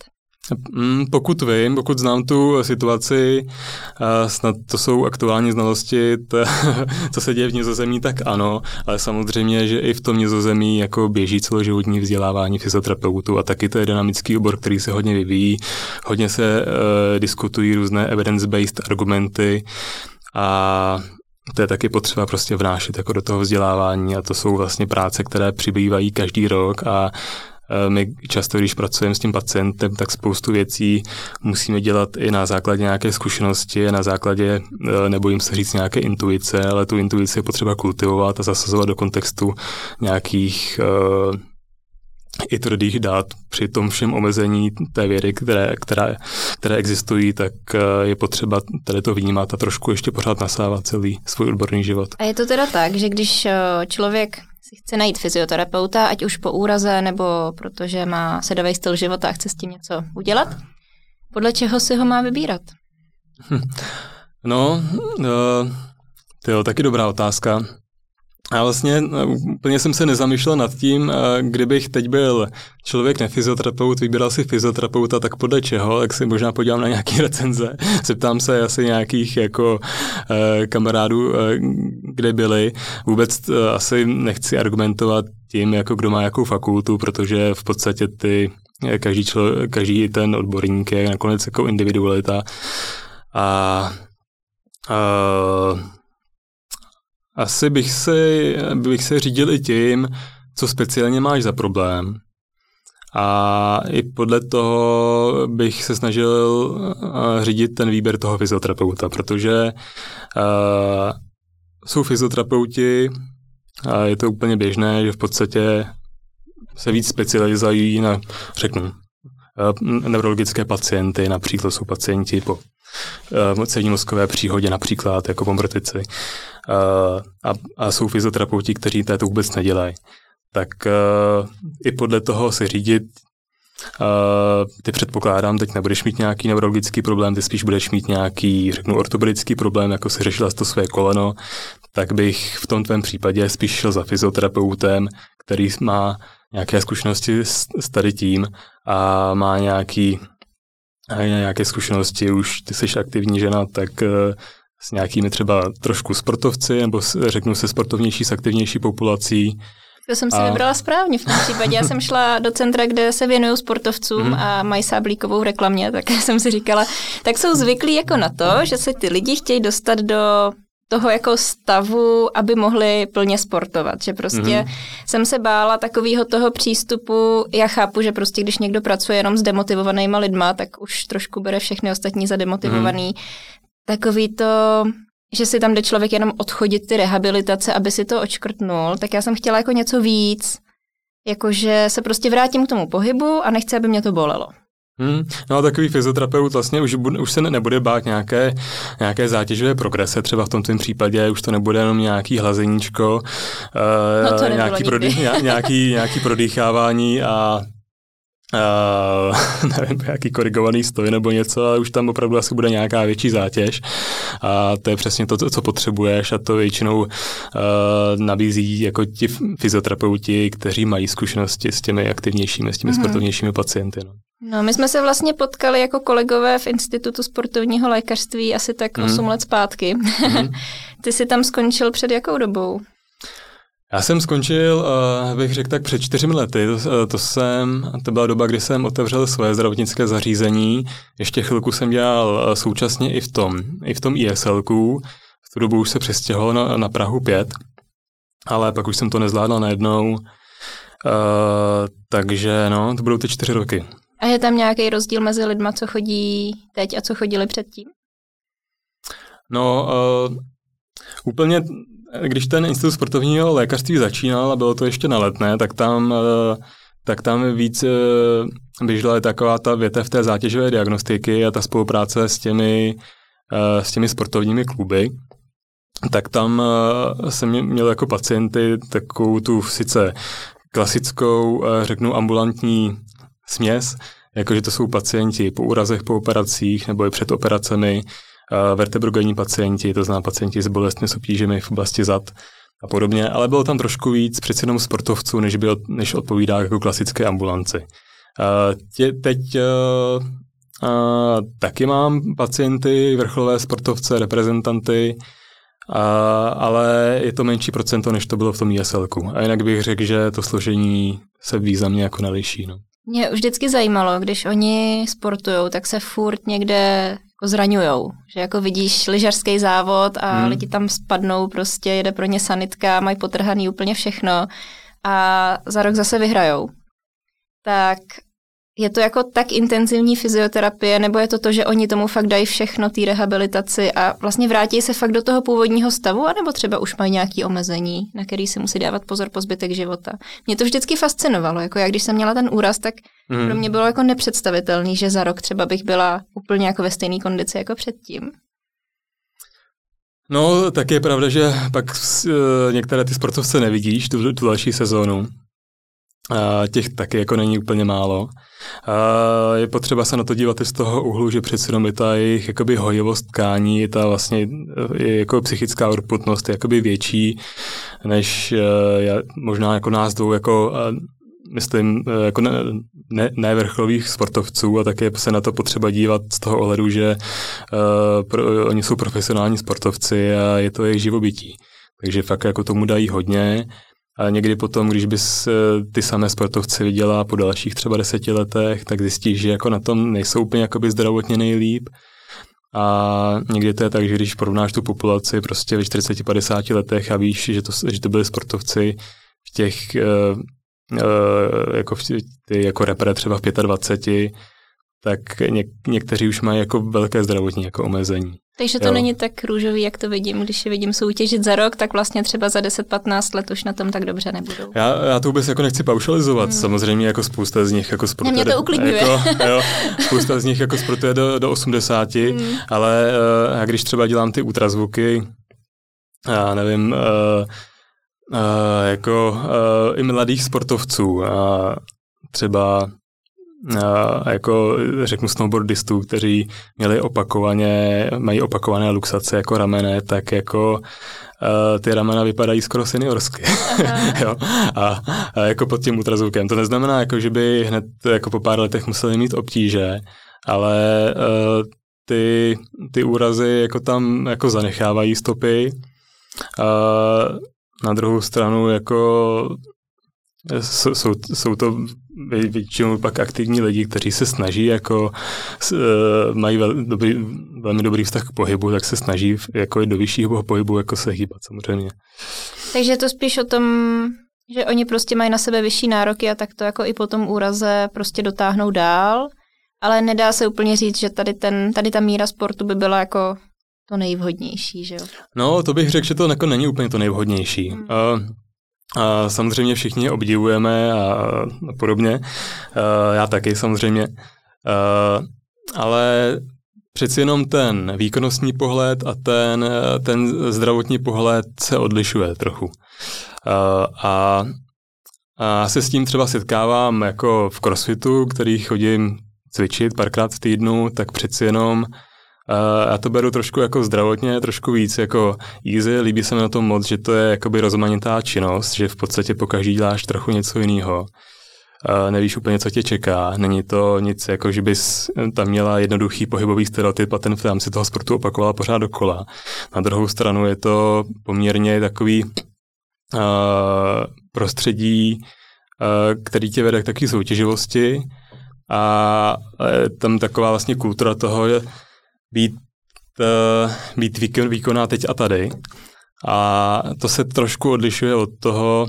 Pokud vím, pokud znám tu situaci, snad to jsou aktuální znalosti, to, co se děje v Nizozemí, tak ano, ale samozřejmě, že i v tom Nizozemí jako běží celoživotní vzdělávání fyzioterapeutů a taky to je dynamický obor, který se hodně vyvíjí, hodně se uh, diskutují různé evidence-based argumenty a to je taky potřeba prostě vnášet jako do toho vzdělávání a to jsou vlastně práce, které přibývají každý rok a my často, když pracujeme s tím pacientem, tak spoustu věcí musíme dělat i na základě nějaké zkušenosti, na základě, nebojím se říct, nějaké intuice, ale tu intuici je potřeba kultivovat a zasazovat do kontextu nějakých uh, i tvrdých dat. Při tom všem omezení té vědy, které, které, které existují, tak je potřeba tady to vnímat a trošku ještě pořád nasávat celý svůj odborný život. A je to teda tak, že když člověk si chce najít fyzioterapeuta, ať už po úraze, nebo protože má sedavý styl života a chce s tím něco udělat, podle čeho si ho má vybírat? Hm. No, uh, to je taky dobrá otázka. A vlastně úplně jsem se nezamýšlel nad tím, kdybych teď byl člověk nefyzioterapeut, vybíral si fyzioterapeuta, tak podle čeho, tak si možná podívám na nějaké recenze, zeptám se asi nějakých jako eh, kamarádů, eh, kde byli. Vůbec eh, asi nechci argumentovat tím, jako kdo má jakou fakultu, protože v podstatě ty, každý, člo, každý ten odborník je nakonec jako individualita. A uh, Asi bych se, bych se řídil i tím, co speciálně máš za problém. A i podle toho bych se snažil řídit ten výběr toho fyzioterapeuta, protože uh, jsou fyzioterapeuti a je to úplně běžné, že v podstatě se víc specializují na, řeknu, neurologické pacienty, například jsou pacienti po uh, cévní mozkové příhodě, například jako pomrtici. Uh, a, a jsou fyzioterapeuti, kteří to vůbec nedělají. Tak uh, i podle toho se řídit. Uh, ty předpokládám, teď nebudeš mít nějaký neurologický problém, ty spíš budeš mít nějaký, řeknu, ortopedický problém, jako si řešila to své koleno, tak bych v tom tvém případě spíš šel za fyzioterapeutem, který má nějaké zkušenosti s, s tady tím a má nějaký, nějaké zkušenosti, už ty jsi aktivní žena, tak uh, s nějakými třeba trošku sportovci, nebo s, řeknu se sportovnější, s aktivnější populací. To jsem si a... vybrala správně v tom případě. Já jsem šla do centra, kde se věnují sportovcům mm. a mají sáblíkovou reklamě, tak jsem si říkala, tak jsou zvyklí jako na to, že se ty lidi chtějí dostat do toho jako stavu, aby mohli plně sportovat. Že prostě mm. jsem se bála takového toho přístupu. Já chápu, že prostě když někdo pracuje jenom s demotivovanýma lidma, tak už trošku bere všechny ostatní za demotivovaný. Mm. Takový to, že si tam jde člověk jenom odchodit ty rehabilitace, aby si to odškrtnul, tak já jsem chtěla jako něco víc, jakože se prostě vrátím k tomu pohybu a nechci, aby mě to bolelo. Hmm, no takový fyzioterapeut vlastně už, už se nebude bát nějaké, nějaké zátěžové progrese, třeba v tom tvém případě už to nebude jenom nějaký hlazeníčko, no to uh, nějaký, prodý, nějaký, nějaký prodýchávání a Uh, nevím, nějaký korigovaný stoj nebo něco, ale už tam opravdu asi bude nějaká větší zátěž a to je přesně to, co potřebuješ a to většinou uh, nabízí jako ti fyzioterapeuti, kteří mají zkušenosti s těmi aktivnějšími, s těmi mm-hmm. sportovnějšími pacienty. No. no, my jsme se vlastně potkali jako kolegové v Institutu sportovního lékařství asi tak mm. osm let zpátky. Mm. Ty jsi tam skončil před jakou dobou? Já jsem skončil, uh, bych řekl tak před čtyřmi lety, to, to jsem, to byla doba, kdy jsem otevřel svoje zdravotnické zařízení, ještě chvilku jsem dělal uh, současně i v tom, i v tom I S L ku, v tu dobu už se přestěhoval na, na Prahu pět, ale pak už jsem to nezvládal najednou, uh, takže no, to budou ty čtyři roky. A je tam nějaký rozdíl mezi lidma, co chodí teď a co chodili předtím? No, uh, úplně... Když ten institut sportovního lékařství začínal a bylo to ještě na Letné, tak tam, tak tam víc běžela taková ta větev té zátěžové diagnostiky a ta spolupráce s těmi, s těmi sportovními kluby. Tak tam jsem měl jako pacienty takovou tu sice klasickou, řeknu ambulantní směs, jakože to jsou pacienti po úrazech, po operacích nebo i před operacemi, vertebrogenní pacienti, to znamená pacienti s bolestmi, s obtížemi v oblasti zad a podobně, ale bylo tam trošku víc přeci jenom sportovců, než, by, než odpovídá jako klasické ambulanci. Tě, teď uh, uh, taky mám pacienty, vrcholové sportovce, reprezentanty, uh, ale je to menší procento, než to bylo v tom I S L ku. A jinak bych řekl, že to složení se významně jako neliší. No. Mě už vždycky zajímalo, když oni sportujou, tak se furt někde jako zraňujou. Že jako vidíš lyžařský závod a hmm. lidi tam spadnou, prostě jede pro ně sanitka, mají potrhaný úplně všechno a za rok zase vyhrajou. Tak je to jako tak intenzivní fyzioterapie, nebo je to to, že oni tomu fakt dají všechno té rehabilitaci a vlastně vrátí se fakt do toho původního stavu, anebo třeba už mají nějaké omezení, na který si musí dávat pozor po zbytek života. Mě to vždycky fascinovalo, jako já když jsem měla ten úraz, tak mm. pro mě bylo jako nepředstavitelný, že za rok třeba bych byla úplně jako ve stejné kondici jako předtím. No, tak je pravda, že pak uh, některé ty sportovce nevidíš tu, tu další sezónu. A těch taky jako není úplně málo. A je potřeba se na to dívat i z toho úhlu, že přeci jenom je ta jejich jakoby hojivost tkání, ta vlastně je jako psychická urputnost je jakoby větší, než uh, možná jako nás dvou, jako, uh, myslím, uh, jako ne, ne, nevrcholových sportovců a také se na to potřeba dívat z toho ohledu, že uh, pro, oni jsou profesionální sportovci a je to jejich živobytí. Takže fakt jako tomu dají hodně. A někdy potom, když bys ty samé sportovce viděla po dalších třeba deseti letech, tak zjistíš, že jako na tom nejsou úplně jakoby zdravotně nejlíp. A někdy to je tak, že když porovnáš tu populaci prostě ve čtyřiceti padesáti letech a víš, že to, že to byli sportovci v těch, uh, uh, jako, v těch, ty jako repre třeba v dvaceti pěti, tak něk, někteří už mají jako velké zdravotní jako omezení. Takže to jo. Není tak růžový, jak to vidím. Když je vidím soutěžit za rok, tak vlastně třeba za deset patnáct let už na tom tak dobře nebudou. Já, já to vůbec jako nechci paušalizovat. Hmm. Samozřejmě jako spousta z nich jako sportuje. Mě to uklidňuje. Jako, jo, spousta z nich jako sportuje do, do osmdesáti, hmm. ale uh, já když třeba dělám ty ultrazvuky, já nevím, uh, uh, jako uh, i mladých sportovců, uh, třeba a jako řeknu snowboardistů, kteří měli opakovaně, mají opakované luxace jako ramene, tak jako uh, ty ramena vypadají skoro seniorsky. Jo? A, a jako pod tím ultrazvukem. To neznamená, jako, že by hned jako po pár letech museli mít obtíže, ale uh, ty, ty úrazy jako tam jako zanechávají stopy. Uh, na druhou stranu jako jsou, jsou, jsou to většinou pak aktivní lidi, kteří se snaží, jako mají vel, dobrý, velmi dobrý vztah k pohybu, tak se snaží jako i do vyššího pohybu jako se hýbat samozřejmě. Takže je to spíš o tom, že oni prostě mají na sebe vyšší nároky a tak to jako i po tom úraze prostě dotáhnou dál, ale nedá se úplně říct, že tady, ten, tady ta míra sportu by byla jako to nejvhodnější, že jo? No, to bych řekl, že to jako není úplně to nejvhodnější. Hmm. Uh, A samozřejmě všichni obdivujeme a, a podobně. A já taky samozřejmě. Uh, ale přeci jenom ten výkonnostní pohled a ten, ten zdravotní pohled se odlišuje trochu. Uh, a, a se s tím třeba setkávám jako v crossfitu, který chodím cvičit párkrát v týdnu, tak přeci jenom uh, já to beru trošku jako zdravotně, trošku víc jako easy. Líbí se mi na tom moc, že to je jakoby rozmanitá činnost, že v podstatě pokaždý děláš trochu něco jiného. Uh, nevíš úplně, co tě čeká. Není to nic, jako že bys tam měla jednoduchý pohybový stereotyp a ten v rámci toho sportu opakovala pořád dokola. Na druhou stranu je to poměrně takový uh, prostředí, uh, který tě vede k takové soutěživosti a je tam taková vlastně kultura toho, že být, uh, být výkon, výkonná teď a tady. A to se trošku odlišuje od toho,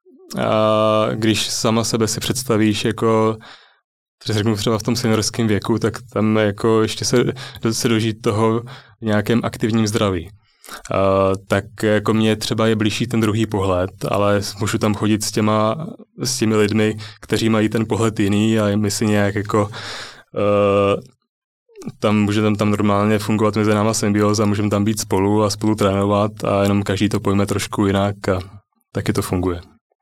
a když sama sebe si představíš jako, řeknu třeba v tom seniorském věku, tak tam jako ještě se, se dožít toho v nějakém aktivním zdraví. A tak jako mně třeba je blížší ten druhý pohled, ale můžu tam chodit s těma, s těmi lidmi, kteří mají ten pohled jiný a my si nějak jako uh, tam může tam, tam normálně fungovat mezi náma symbioza, můžeme tam být spolu a spolu trénovat a jenom každý to pojme trošku jinak a taky to funguje.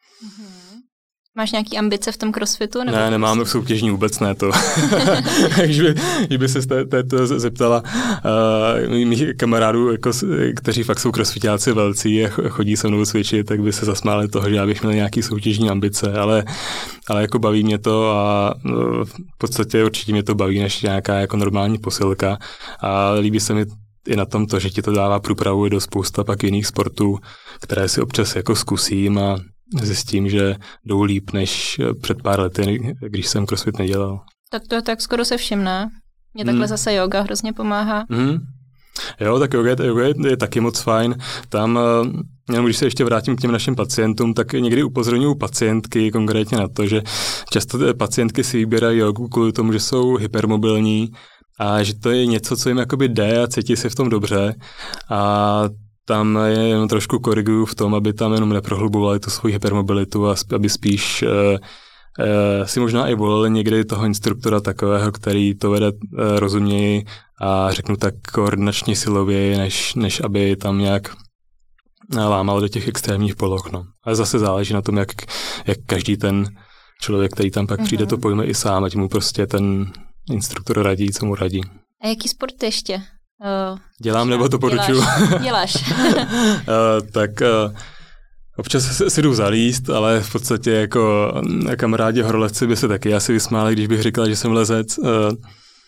Máš nějaký ambice v tom crossfitu? Nebo ne, nemáme v soutěžní vůbec, ne to. Takže by, že by se této zeptala uh, mých kamarádů, jako, kteří fakt jsou crossfitáci velcí a chodí se mnou cvičit, tak by se zasmáli toho, že já bych měl nějaký soutěžní ambice, ale, ale jako baví mě to a uh, v podstatě určitě mě to baví než nějaká jako normální posilka a líbí se mi i na tom to, že ti to dává průpravu do spousta pak jiných sportů, které si občas jako zkusím a zjistím, že jdou líp než před pár lety, když jsem crossfit nedělal. Tak to tak skoro se všim, ne? Mně takhle mm. zase yoga hrozně pomáhá. Mm. Jo, tak yoga, yoga je, je taky moc fajn. Tam, jenom když se ještě vrátím k těm našim pacientům, tak někdy upozorňuji pacientky konkrétně na to, že často pacientky si vybírají jogu kvůli tomu, že jsou hypermobilní a že to je něco, co jim jakoby jde a cítí se v tom dobře. A tam je jenom trošku koriguju v tom, aby tam jenom neprohlubovali tu svoji hypermobilitu a aby spíš uh, uh, si možná i volili někdy toho instruktora takového, který to vede uh, rozuměji a řeknu tak koordinačně silověji, než, než aby tam nějak lámal do těch extrémních poloh. No. Ale zase záleží na tom, jak, jak každý ten člověk, který tam pak mm-hmm. přijde, to pojme i sám, ať mu prostě ten instruktor radí, co mu radí. A jaký sport ještě? Uh, Dělám nebo to poručuju? Děláš. děláš. uh, tak uh, občas si, si jdu zalíst, ale v podstatě jako kamarádi horolezci by se taky asi vysmáli, když bych říkal, že jsem lezec. Uh, uh,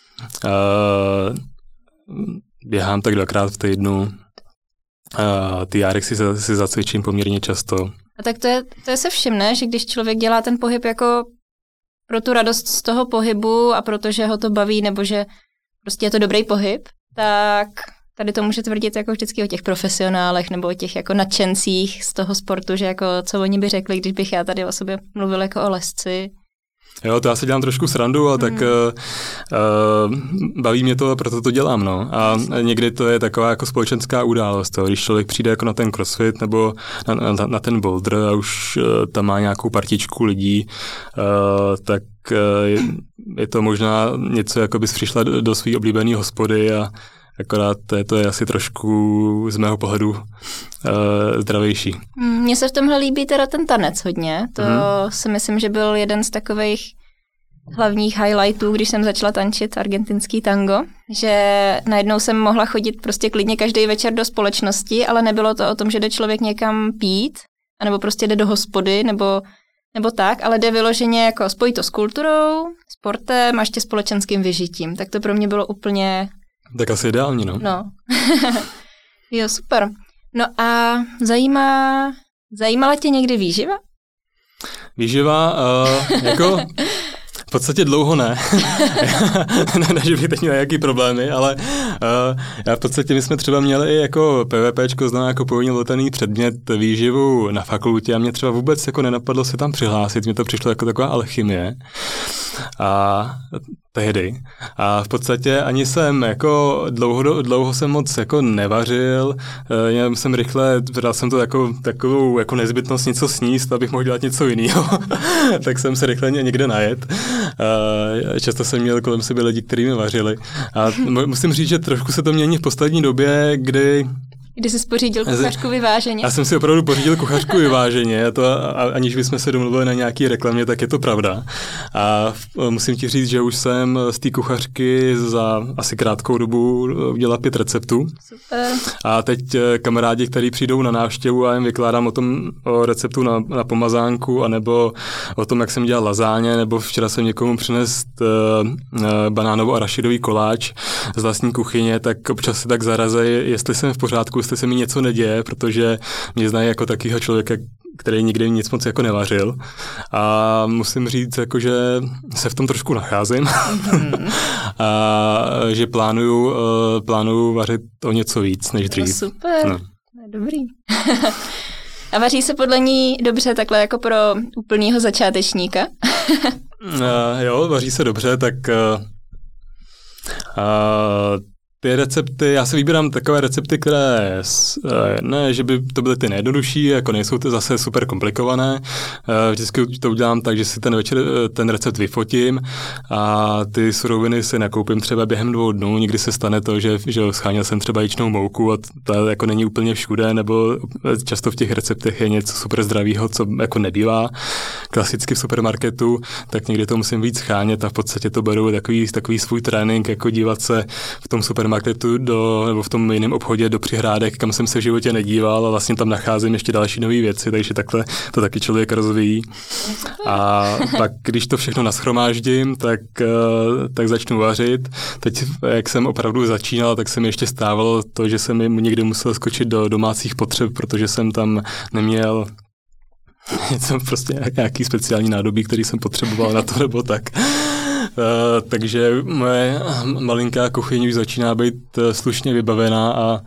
běhám tak dvakrát v týdnu. Uh, ty járek si, si zacvičím poměrně často. A tak to je, to je se všim, ne? Že když člověk dělá ten pohyb jako pro tu radost z toho pohybu a protože ho to baví, nebo že prostě je to dobrý pohyb, tak tady to může tvrdit jako vždycky o těch profesionálech nebo o těch jako nadšencích z toho sportu, že jako co oni by řekli, když bych já tady o sobě mluvil jako o lezci. Jo, to já si dělám trošku srandu, ale hmm. tak uh, baví mě to a proto to dělám, no. A někdy to je taková jako společenská událost, to, když člověk přijde jako na ten crossfit nebo na, na, na ten boulder a už uh, tam má nějakou partičku lidí, uh, tak uh, je, je to možná něco, jako bys přišla do, do svý oblíbený hospody a akorát to je, to je asi trošku z mého pohledu uh, zdravější. Mně se v tomhle líbí teda ten tanec hodně. To mm. si myslím, že byl jeden z takových hlavních highlightů, když jsem začala tančit argentinský tango, že najednou jsem mohla chodit prostě klidně každý večer do společnosti, ale nebylo to o tom, že jde člověk někam pít, anebo prostě jde do hospody, nebo, nebo tak, ale jde vyloženě jako spojit to s kulturou, sportem a ještě společenským vyžitím. Tak to pro mě bylo úplně... Tak asi ideální, no. No. Jo, super. No a zajímá, zajímala tě někdy výživa? Výživa, uh, jako v podstatě dlouho ne. ne, ne, že bych teď měl nějaký problémy, ale uh, já v podstatě my jsme třeba měli i jako PVPčko, znamená jako povinně letený předmět výživu na fakultě a mě třeba vůbec jako nenapadlo se tam přihlásit, mně to přišlo jako taková alchymie. A tehdy. A v podstatě ani jsem jako dlouho, dlouho jsem moc jako nevařil, já jsem rychle, bral jsem to jako, takovou jako nezbytnost něco sníst, abych mohl dělat něco jiného. Tak jsem se rychle někde najet. Často jsem měl kolem sebe lidi, kteří mi vařili. A musím říct, že trošku se to mění v poslední době, kdy Kdy jsi pořídil kuchařku vyváženě? Já jsem si opravdu pořídil kuchařku vyváženě, a to a, aniž bychom se domluvili na nějaký reklamě, tak je to pravda. A musím ti říct, že už jsem z té kuchařky za asi krátkou dobu udělal pět receptů. Super. A teď kamarádi, kteří přijdou na návštěvu a jim vykládám o tom o receptu na, na pomazánku, anebo o tom, jak jsem dělal lazáně, nebo včera jsem někomu přinesl uh, banánovou arašidový koláč z vlastní kuchyně, tak občas se tak zarazejí, jestli jsem v pořádku, jestli se mi něco neděje, protože mě znají jako takovýho člověka, který nikdy nic moc jako nevařil. A musím říct, jako, že se v tom trošku nacházím. Mm-hmm. A že plánuju, plánuju vařit o něco víc než dřív. No super, no. Dobrý. A vaří se podle ní dobře takhle jako pro úplnýho začátečníka? uh, jo, vaří se dobře, tak uh, uh, ty recepty, já si vybírám takové recepty, které ne, že by to byly ty nejjednodušší, jako nejsou to zase super komplikované. Vždycky to udělám tak, že si ten večer ten recept vyfotím a ty suroviny si nakoupím třeba během dvou dnů. Někdy se stane to, že, že scháněl jsem třeba jičnou mouku a to jako není úplně všude, nebo často v těch receptech je něco super zdravého, co jako nebývá klasicky v supermarketu, tak někdy to musím víc schánět a v podstatě to beru takový, takový svůj trénink, jako dívat se v tom supermarketu marketu do, nebo v tom jiném obchodě do přihrádek, kam jsem se v životě nedíval a vlastně tam nacházím ještě další nové věci, takže takhle to taky člověk rozvíjí. A pak, když to všechno nashromáždím, tak, tak začnu vařit. Teď, jak jsem opravdu začínal, tak se mi ještě stávalo to, že jsem mi někdy musel skočit do domácích potřeb, protože jsem tam neměl něco, prostě nějaký speciální nádobí, který jsem potřeboval na to nebo tak. Uh, takže moje malinká kuchyň už začíná být uh, slušně vybavená a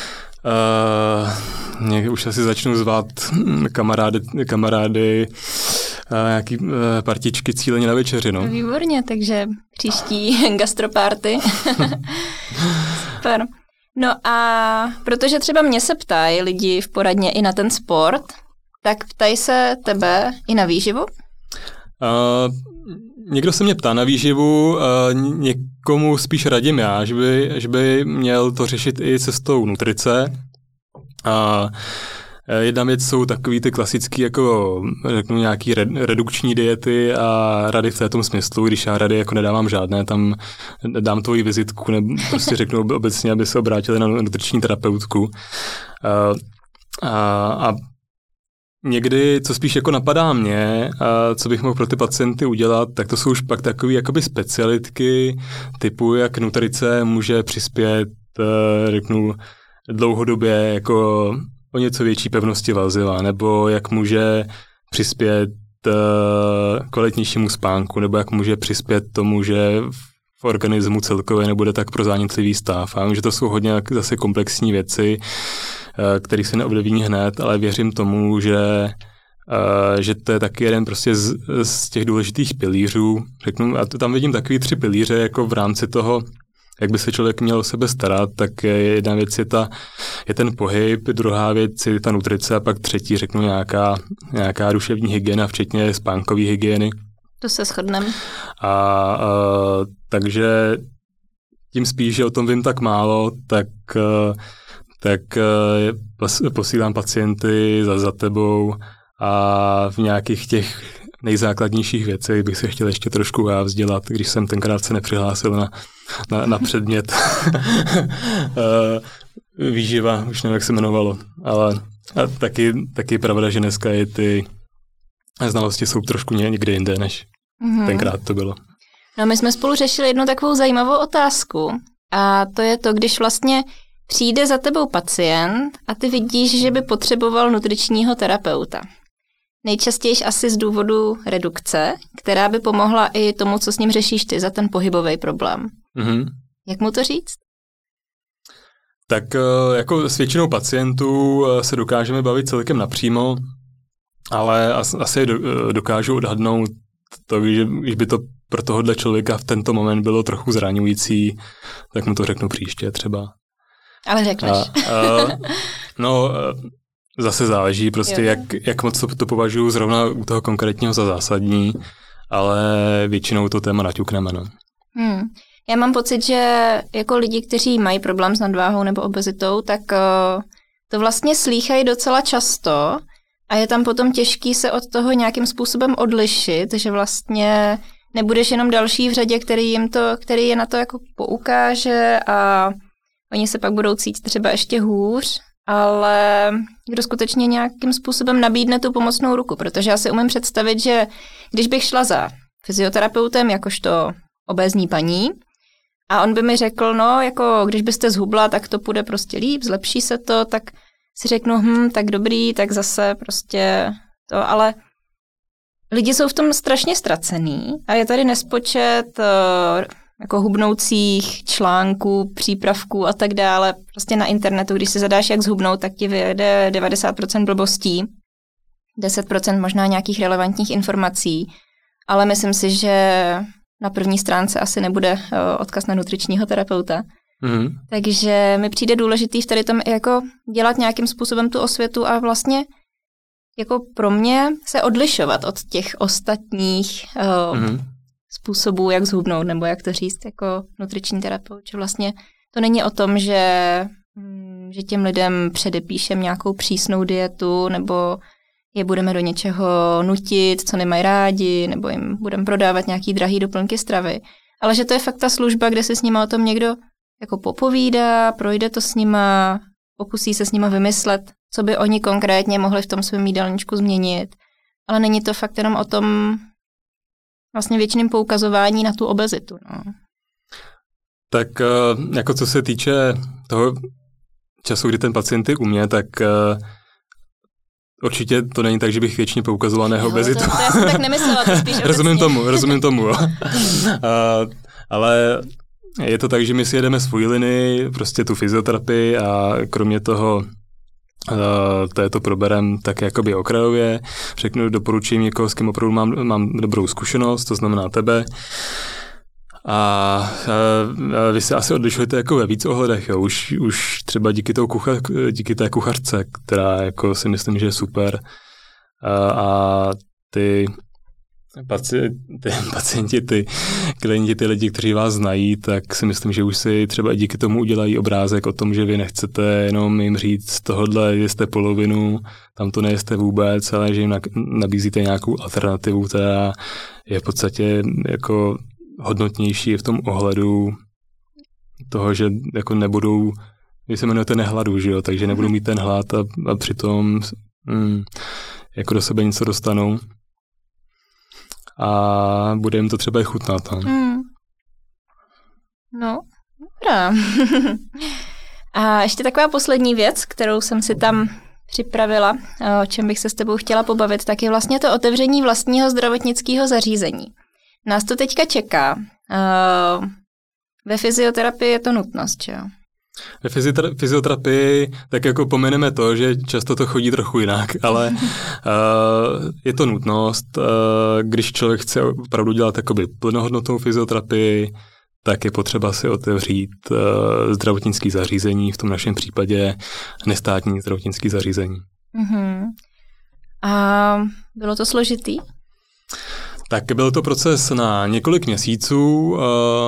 uh, někdy už asi začnu zvát kamarády, kamarády uh, nějaký uh, partičky cíleně na večeři. No. Výborně, takže příští gastroparty. Super. No a protože třeba mě se ptají lidi v poradně i na ten sport, tak ptají se tebe i na výživu? Uh, Někdo se mě ptá na výživu, někomu spíš radím já, že by, že by měl to řešit i cestou nutrice. A jedna věc jsou takový ty klasický, jako řeknu nějaký redukční diety a rady v této smyslu, když já rady jako nedávám žádné, tam dám tvoji vizitku, nebo prostě řeknu obecně, aby se obrátili na nutriční terapeutku. A, a, a někdy, co spíš jako napadá mě, a co bych mohl pro ty pacienty udělat, tak to jsou už pak takové jakoby specialitky typu, jak nutrice může přispět, řeknu, dlouhodobě jako o něco větší pevnosti vaziva, nebo jak může přispět kvalitnějšímu spánku, nebo jak může přispět tomu, že v organismu celkově nebude tak prozánětlivý stav. A vím, že to jsou hodně zase komplexní věci, který se neobjeví hned, ale věřím tomu, že, že to je taky jeden prostě z, z těch důležitých pilířů. Řeknu, a tam vidím takový tři pilíře jako v rámci toho, jak by se člověk měl o sebe starat, tak jedna věc je, ta, je ten pohyb, druhá věc je ta nutrice a pak třetí, řeknu, nějaká, nějaká duševní hygiena, včetně spánkové hygieny. To se shodneme. A, a takže tím spíš, že o tom vím tak málo, tak, tak posílám pacienty za, za tebou a v nějakých těch nejzákladnějších věcech bych se chtěl ještě trošku já vzdělat, když jsem tenkrát se nepřihlásil na, na, na předmět výživa, už nevím, jak se jmenovalo, ale a taky, taky pravda, že dneska je ty znalosti jsou trošku někde jinde, než mm-hmm. tenkrát to bylo. No my jsme spolu řešili jednu takovou zajímavou otázku a to je to, když vlastně přijde za tebou pacient a ty vidíš, že by potřeboval nutričního terapeuta. Nejčastěji asi z důvodu redukce, která by pomohla i tomu, co s ním řešíš ty za ten pohybový problém. Mm-hmm. Jak mu to říct? Tak jako s většinou pacientů se dokážeme bavit celkem napřímo, ale asi dokážu odhadnout to, že když by to pro tohohle člověka v tento moment bylo trochu zraňující, tak mu to řeknu příště třeba. Ale řekneš. A, a, no, zase záleží prostě, jak, jak moc to, to považuji zrovna u toho konkrétního za zásadní, ale většinou to téma naťukneme. No. Hmm. Já mám pocit, že jako lidi, kteří mají problém s nadváhou nebo obezitou, tak uh, to vlastně slýchají docela často a je tam potom těžký se od toho nějakým způsobem odlišit, že vlastně nebudeš jenom další v řadě, který jim to, který je na to jako poukáže a oni se pak budou cítit třeba ještě hůř, ale kdo skutečně nějakým způsobem nabídne tu pomocnou ruku, protože já si umím představit, že když bych šla za fyzioterapeutem jakožto obézní paní a on by mi řekl, no jako když byste zhubla, tak to půjde prostě líp, zlepší se to, tak si řeknu, hm, tak dobrý, tak zase prostě to, ale lidi jsou v tom strašně ztracený a je tady nespočet uh, jako hubnoucích článků, přípravků a tak dále. Prostě na internetu, když si zadáš, jak zhubnout, tak ti vyjede devadesát procent blbostí, deset procent možná nějakých relevantních informací, ale myslím si, že na první stránce asi nebude uh, odkaz na nutričního terapeuta. Mm. Takže mi přijde důležitý v tady tom jako dělat nějakým způsobem tu osvětu a vlastně jako pro mě se odlišovat od těch ostatních uh, mm. způsobů, jak zhubnout, nebo jak to říct jako nutriční terapeut. Že vlastně to není o tom, že, že těm lidem předepíšem nějakou přísnou dietu, nebo je budeme do něčeho nutit, co nemají rádi, nebo jim budeme prodávat nějaký drahý doplňky stravy. Ale že to je fakt ta služba, kde se s nima o tom někdo jako popovídá, projde to s nima, pokusí se s nima vymyslet, co by oni konkrétně mohli v tom svém jídelníčku změnit. Ale není to fakt jenom o tom vlastně většiným poukazování na tu obezitu. No. Tak jako co se týče toho času, kdy ten pacient je u mě, tak určitě to není tak, že bych většině poukazoval na jeho obezitu. To, to já jsem tak nemyslela, to spíš rozumím tomu, rozumím tomu. Jo. A, ale je to tak, že my si jedeme svou linii, prostě tu fyzioterapii a kromě toho Uh, to je to proberem tak jakoby okrajově. Řeknu, doporučím někoho, s kým opravdu mám, mám dobrou zkušenost, to znamená tebe. A uh, vy se asi odlišujete jako ve víc ohledech, jo. Už, už třeba díky, tou kucha, díky té kuchařce, která jako si myslím, že je super. Uh, a ty Paci, ty pacienti, ty klienti, ty lidi, kteří vás znají, tak si myslím, že už si třeba díky tomu udělají obrázek o tom, že vy nechcete jenom jim říct tohodle jeste polovinu, tam to nejeste vůbec, ale že jim nabízíte nějakou alternativu, která je v podstatě jako hodnotnější v tom ohledu toho, že jako nebudou, vy se jmenujete nehladu, že jo, takže nebudou mít ten hlad a, a přitom mm, jako do sebe něco dostanou. A bude jim to třeba i chutnat. No, hmm. no dobrá. A ještě taková poslední věc, kterou jsem si tam připravila, o čem bych se s tebou chtěla pobavit, tak je vlastně to otevření vlastního zdravotnického zařízení. Nás to teďka čeká. Ve fyzioterapii je to nutnost, že jo? Ve fyzioterapii tak jako pomeneme to, že často to chodí trochu jinak, ale uh, je to nutnost. Uh, když člověk chce opravdu dělat takoby plnohodnotnou fyzioterapii, tak je potřeba si otevřít uh, zdravotnické zařízení, v tom našem případě nestátní zdravotnické zařízení. Uh-huh. A bylo to složitý? Tak byl to proces na několik měsíců. Uh,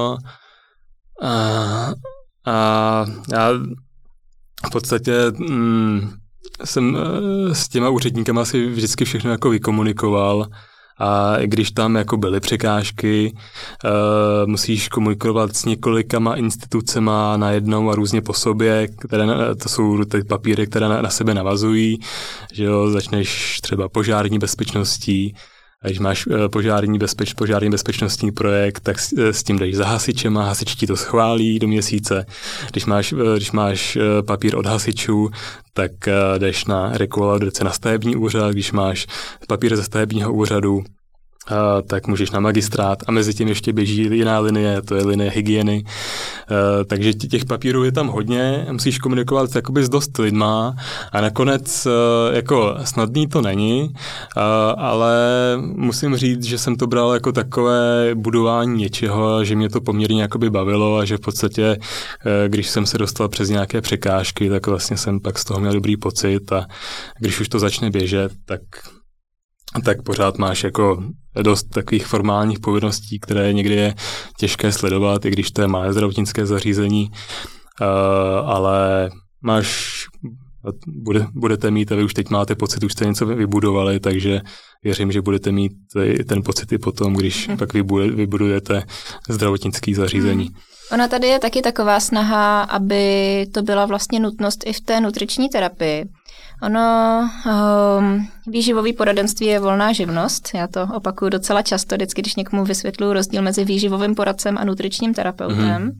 uh, A já v podstatě mm, jsem s těma úředníkama si vždycky všechno jako vykomunikoval a i když tam jako byly překážky, uh, musíš komunikovat s několikama institucema najednou a různě po sobě, které na, to jsou ty papíry, které na, na sebe navazují, že jo, začneš třeba požární bezpečností, a když máš požární, bezpeč, požární bezpečnostní projekt, tak s, s tím jdeš za hasičem a hasič ti to schválí do měsíce. Když máš, když máš papír od hasičů, tak jdeš na rekolaudaci na stavební úřad. Když máš papír ze stavebního úřadu, Uh, tak můžeš na magistrát a mezi tím ještě běží jiná linie, to je linie hygieny. Uh, takže těch papírů je tam hodně, musíš komunikovat jakoby s dost lidma a nakonec uh, jako snadný to není, uh, ale musím říct, že jsem to bral jako takové budování něčeho, že mě to poměrně jakoby bavilo a že v podstatě, uh, když jsem se dostal přes nějaké překážky, tak vlastně jsem pak z toho měl dobrý pocit a když už to začne běžet, tak tak pořád máš jako dost takových formálních povinností, které někdy je těžké sledovat, i když to je malé zdravotnické zařízení, uh, ale máš, bude, budete mít, a vy už teď máte pocit, už jste něco vybudovali, takže věřím, že budete mít ten pocit i potom, když hmm. pak vybudujete zdravotnické zařízení. Hmm. Ona tady je taky taková snaha, aby to byla vlastně nutnost i v té nutriční terapii. Ono, um, výživový poradenství je volná živnost. Já to opakuju docela často, vždycky, když někomu vysvětluji rozdíl mezi výživovým poradcem a nutričním terapeutem. Mm-hmm.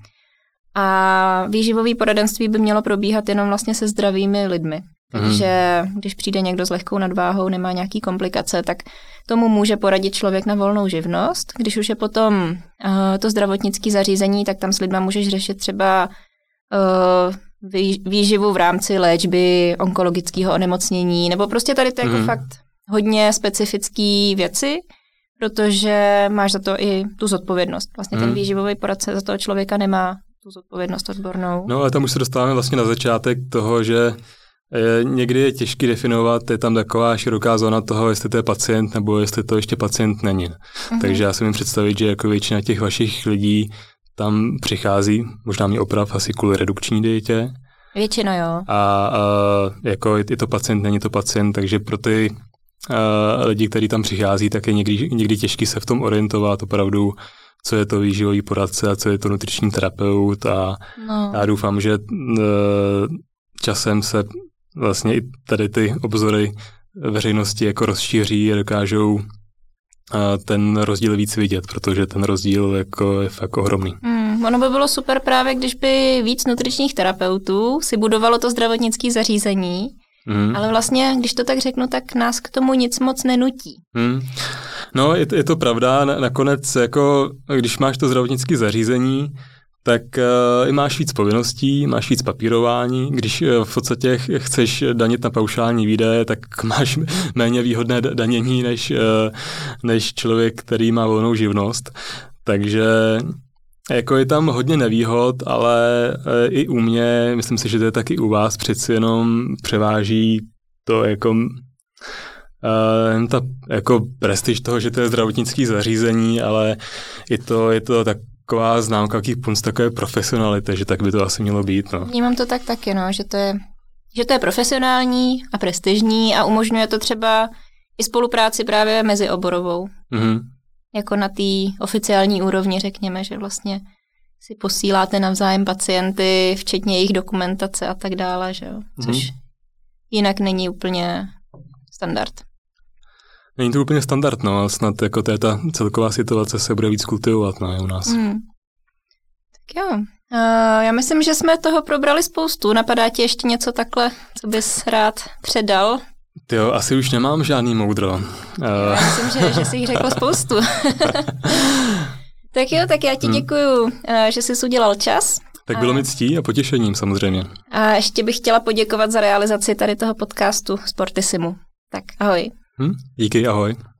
A výživový poradenství by mělo probíhat jenom vlastně se zdravými lidmi. Takže mm-hmm. když přijde někdo s lehkou nadváhou, nemá nějaký komplikace, tak tomu může poradit člověk na volnou živnost. Když už je potom uh, to zdravotnické zařízení, tak tam s lidma můžeš řešit třeba uh, výživu v rámci léčby onkologického onemocnění, nebo prostě tady to je mm. jako fakt hodně specifické věci, protože máš za to i tu zodpovědnost. Vlastně mm. ten výživový poradce za toho člověka nemá tu zodpovědnost odbornou. No ale tam už se dostáváme vlastně na začátek toho, že je, někdy je těžký definovat, je tam taková široká zóna toho, jestli to je pacient, nebo jestli to ještě pacient není. Mm. Takže já si můžu představit, že jako většina těch vašich lidí tam přichází, možná mě oprav asi kvůli redukční dietě. Většina, jo. A, a jako je to pacient, není to pacient, takže pro ty a, lidi, kteří tam přichází, tak je někdy, někdy těžký se v tom orientovat opravdu, co je to výživový poradce a co je to nutriční terapeut a no. já doufám, že časem se vlastně i tady ty obzory veřejnosti jako rozšíří a dokážou ten rozdíl víc vidět, protože ten rozdíl jako je fakt ohromný. Hmm, ono by bylo super právě, když by víc nutričních terapeutů si budovalo to zdravotnické zařízení, hmm. ale vlastně, když to tak řeknu, tak nás k tomu nic moc nenutí. Hmm. No, je to, je to pravda, nakonec, jako, když máš to zdravotnické zařízení, tak uh, máš víc povinností, máš víc papírování. Když uh, v podstatě chceš danit na paušální výdaje, tak máš méně výhodné danění než, uh, než člověk, který má volnou živnost. Takže jako je tam hodně nevýhod, ale uh, i u mě, myslím si, že to je taky u vás, přeci jenom převáží to jako uh, ta jako prestiž toho, že to je zdravotnické zařízení, ale i to, je to tak taková známka, jaký punc takové profesionality, že tak by to asi mělo být. No. Vnímám to tak taky, no, že to je, že to je profesionální a prestižní a umožňuje to třeba i spolupráci právě mezioborovou. Mm-hmm. Jako na té oficiální úrovni, řekněme, že vlastně si posíláte navzájem pacienty, včetně jejich dokumentace a tak dále, že jo? Což mm-hmm. jinak není úplně standard. Není to úplně standard, no, ale snad jako ta celková situace se bude víc kultivovat, no, u nás. Mm. Tak jo. Uh, já myslím, že jsme toho probrali spoustu. Napadá ti ještě něco takhle, co bys rád předal? Tyjo, asi už nemám žádný moudro. Uh. Já myslím, že, že jsi jich řekl spoustu. Tak jo, tak já ti děkuju, uh, že jsi udělal čas. Tak bylo mi ctí a potěšením samozřejmě. A ještě bych chtěla poděkovat za realizaci tady toho podcastu Sportisimu. Tak ahoj. Hm? Díky, ahoj.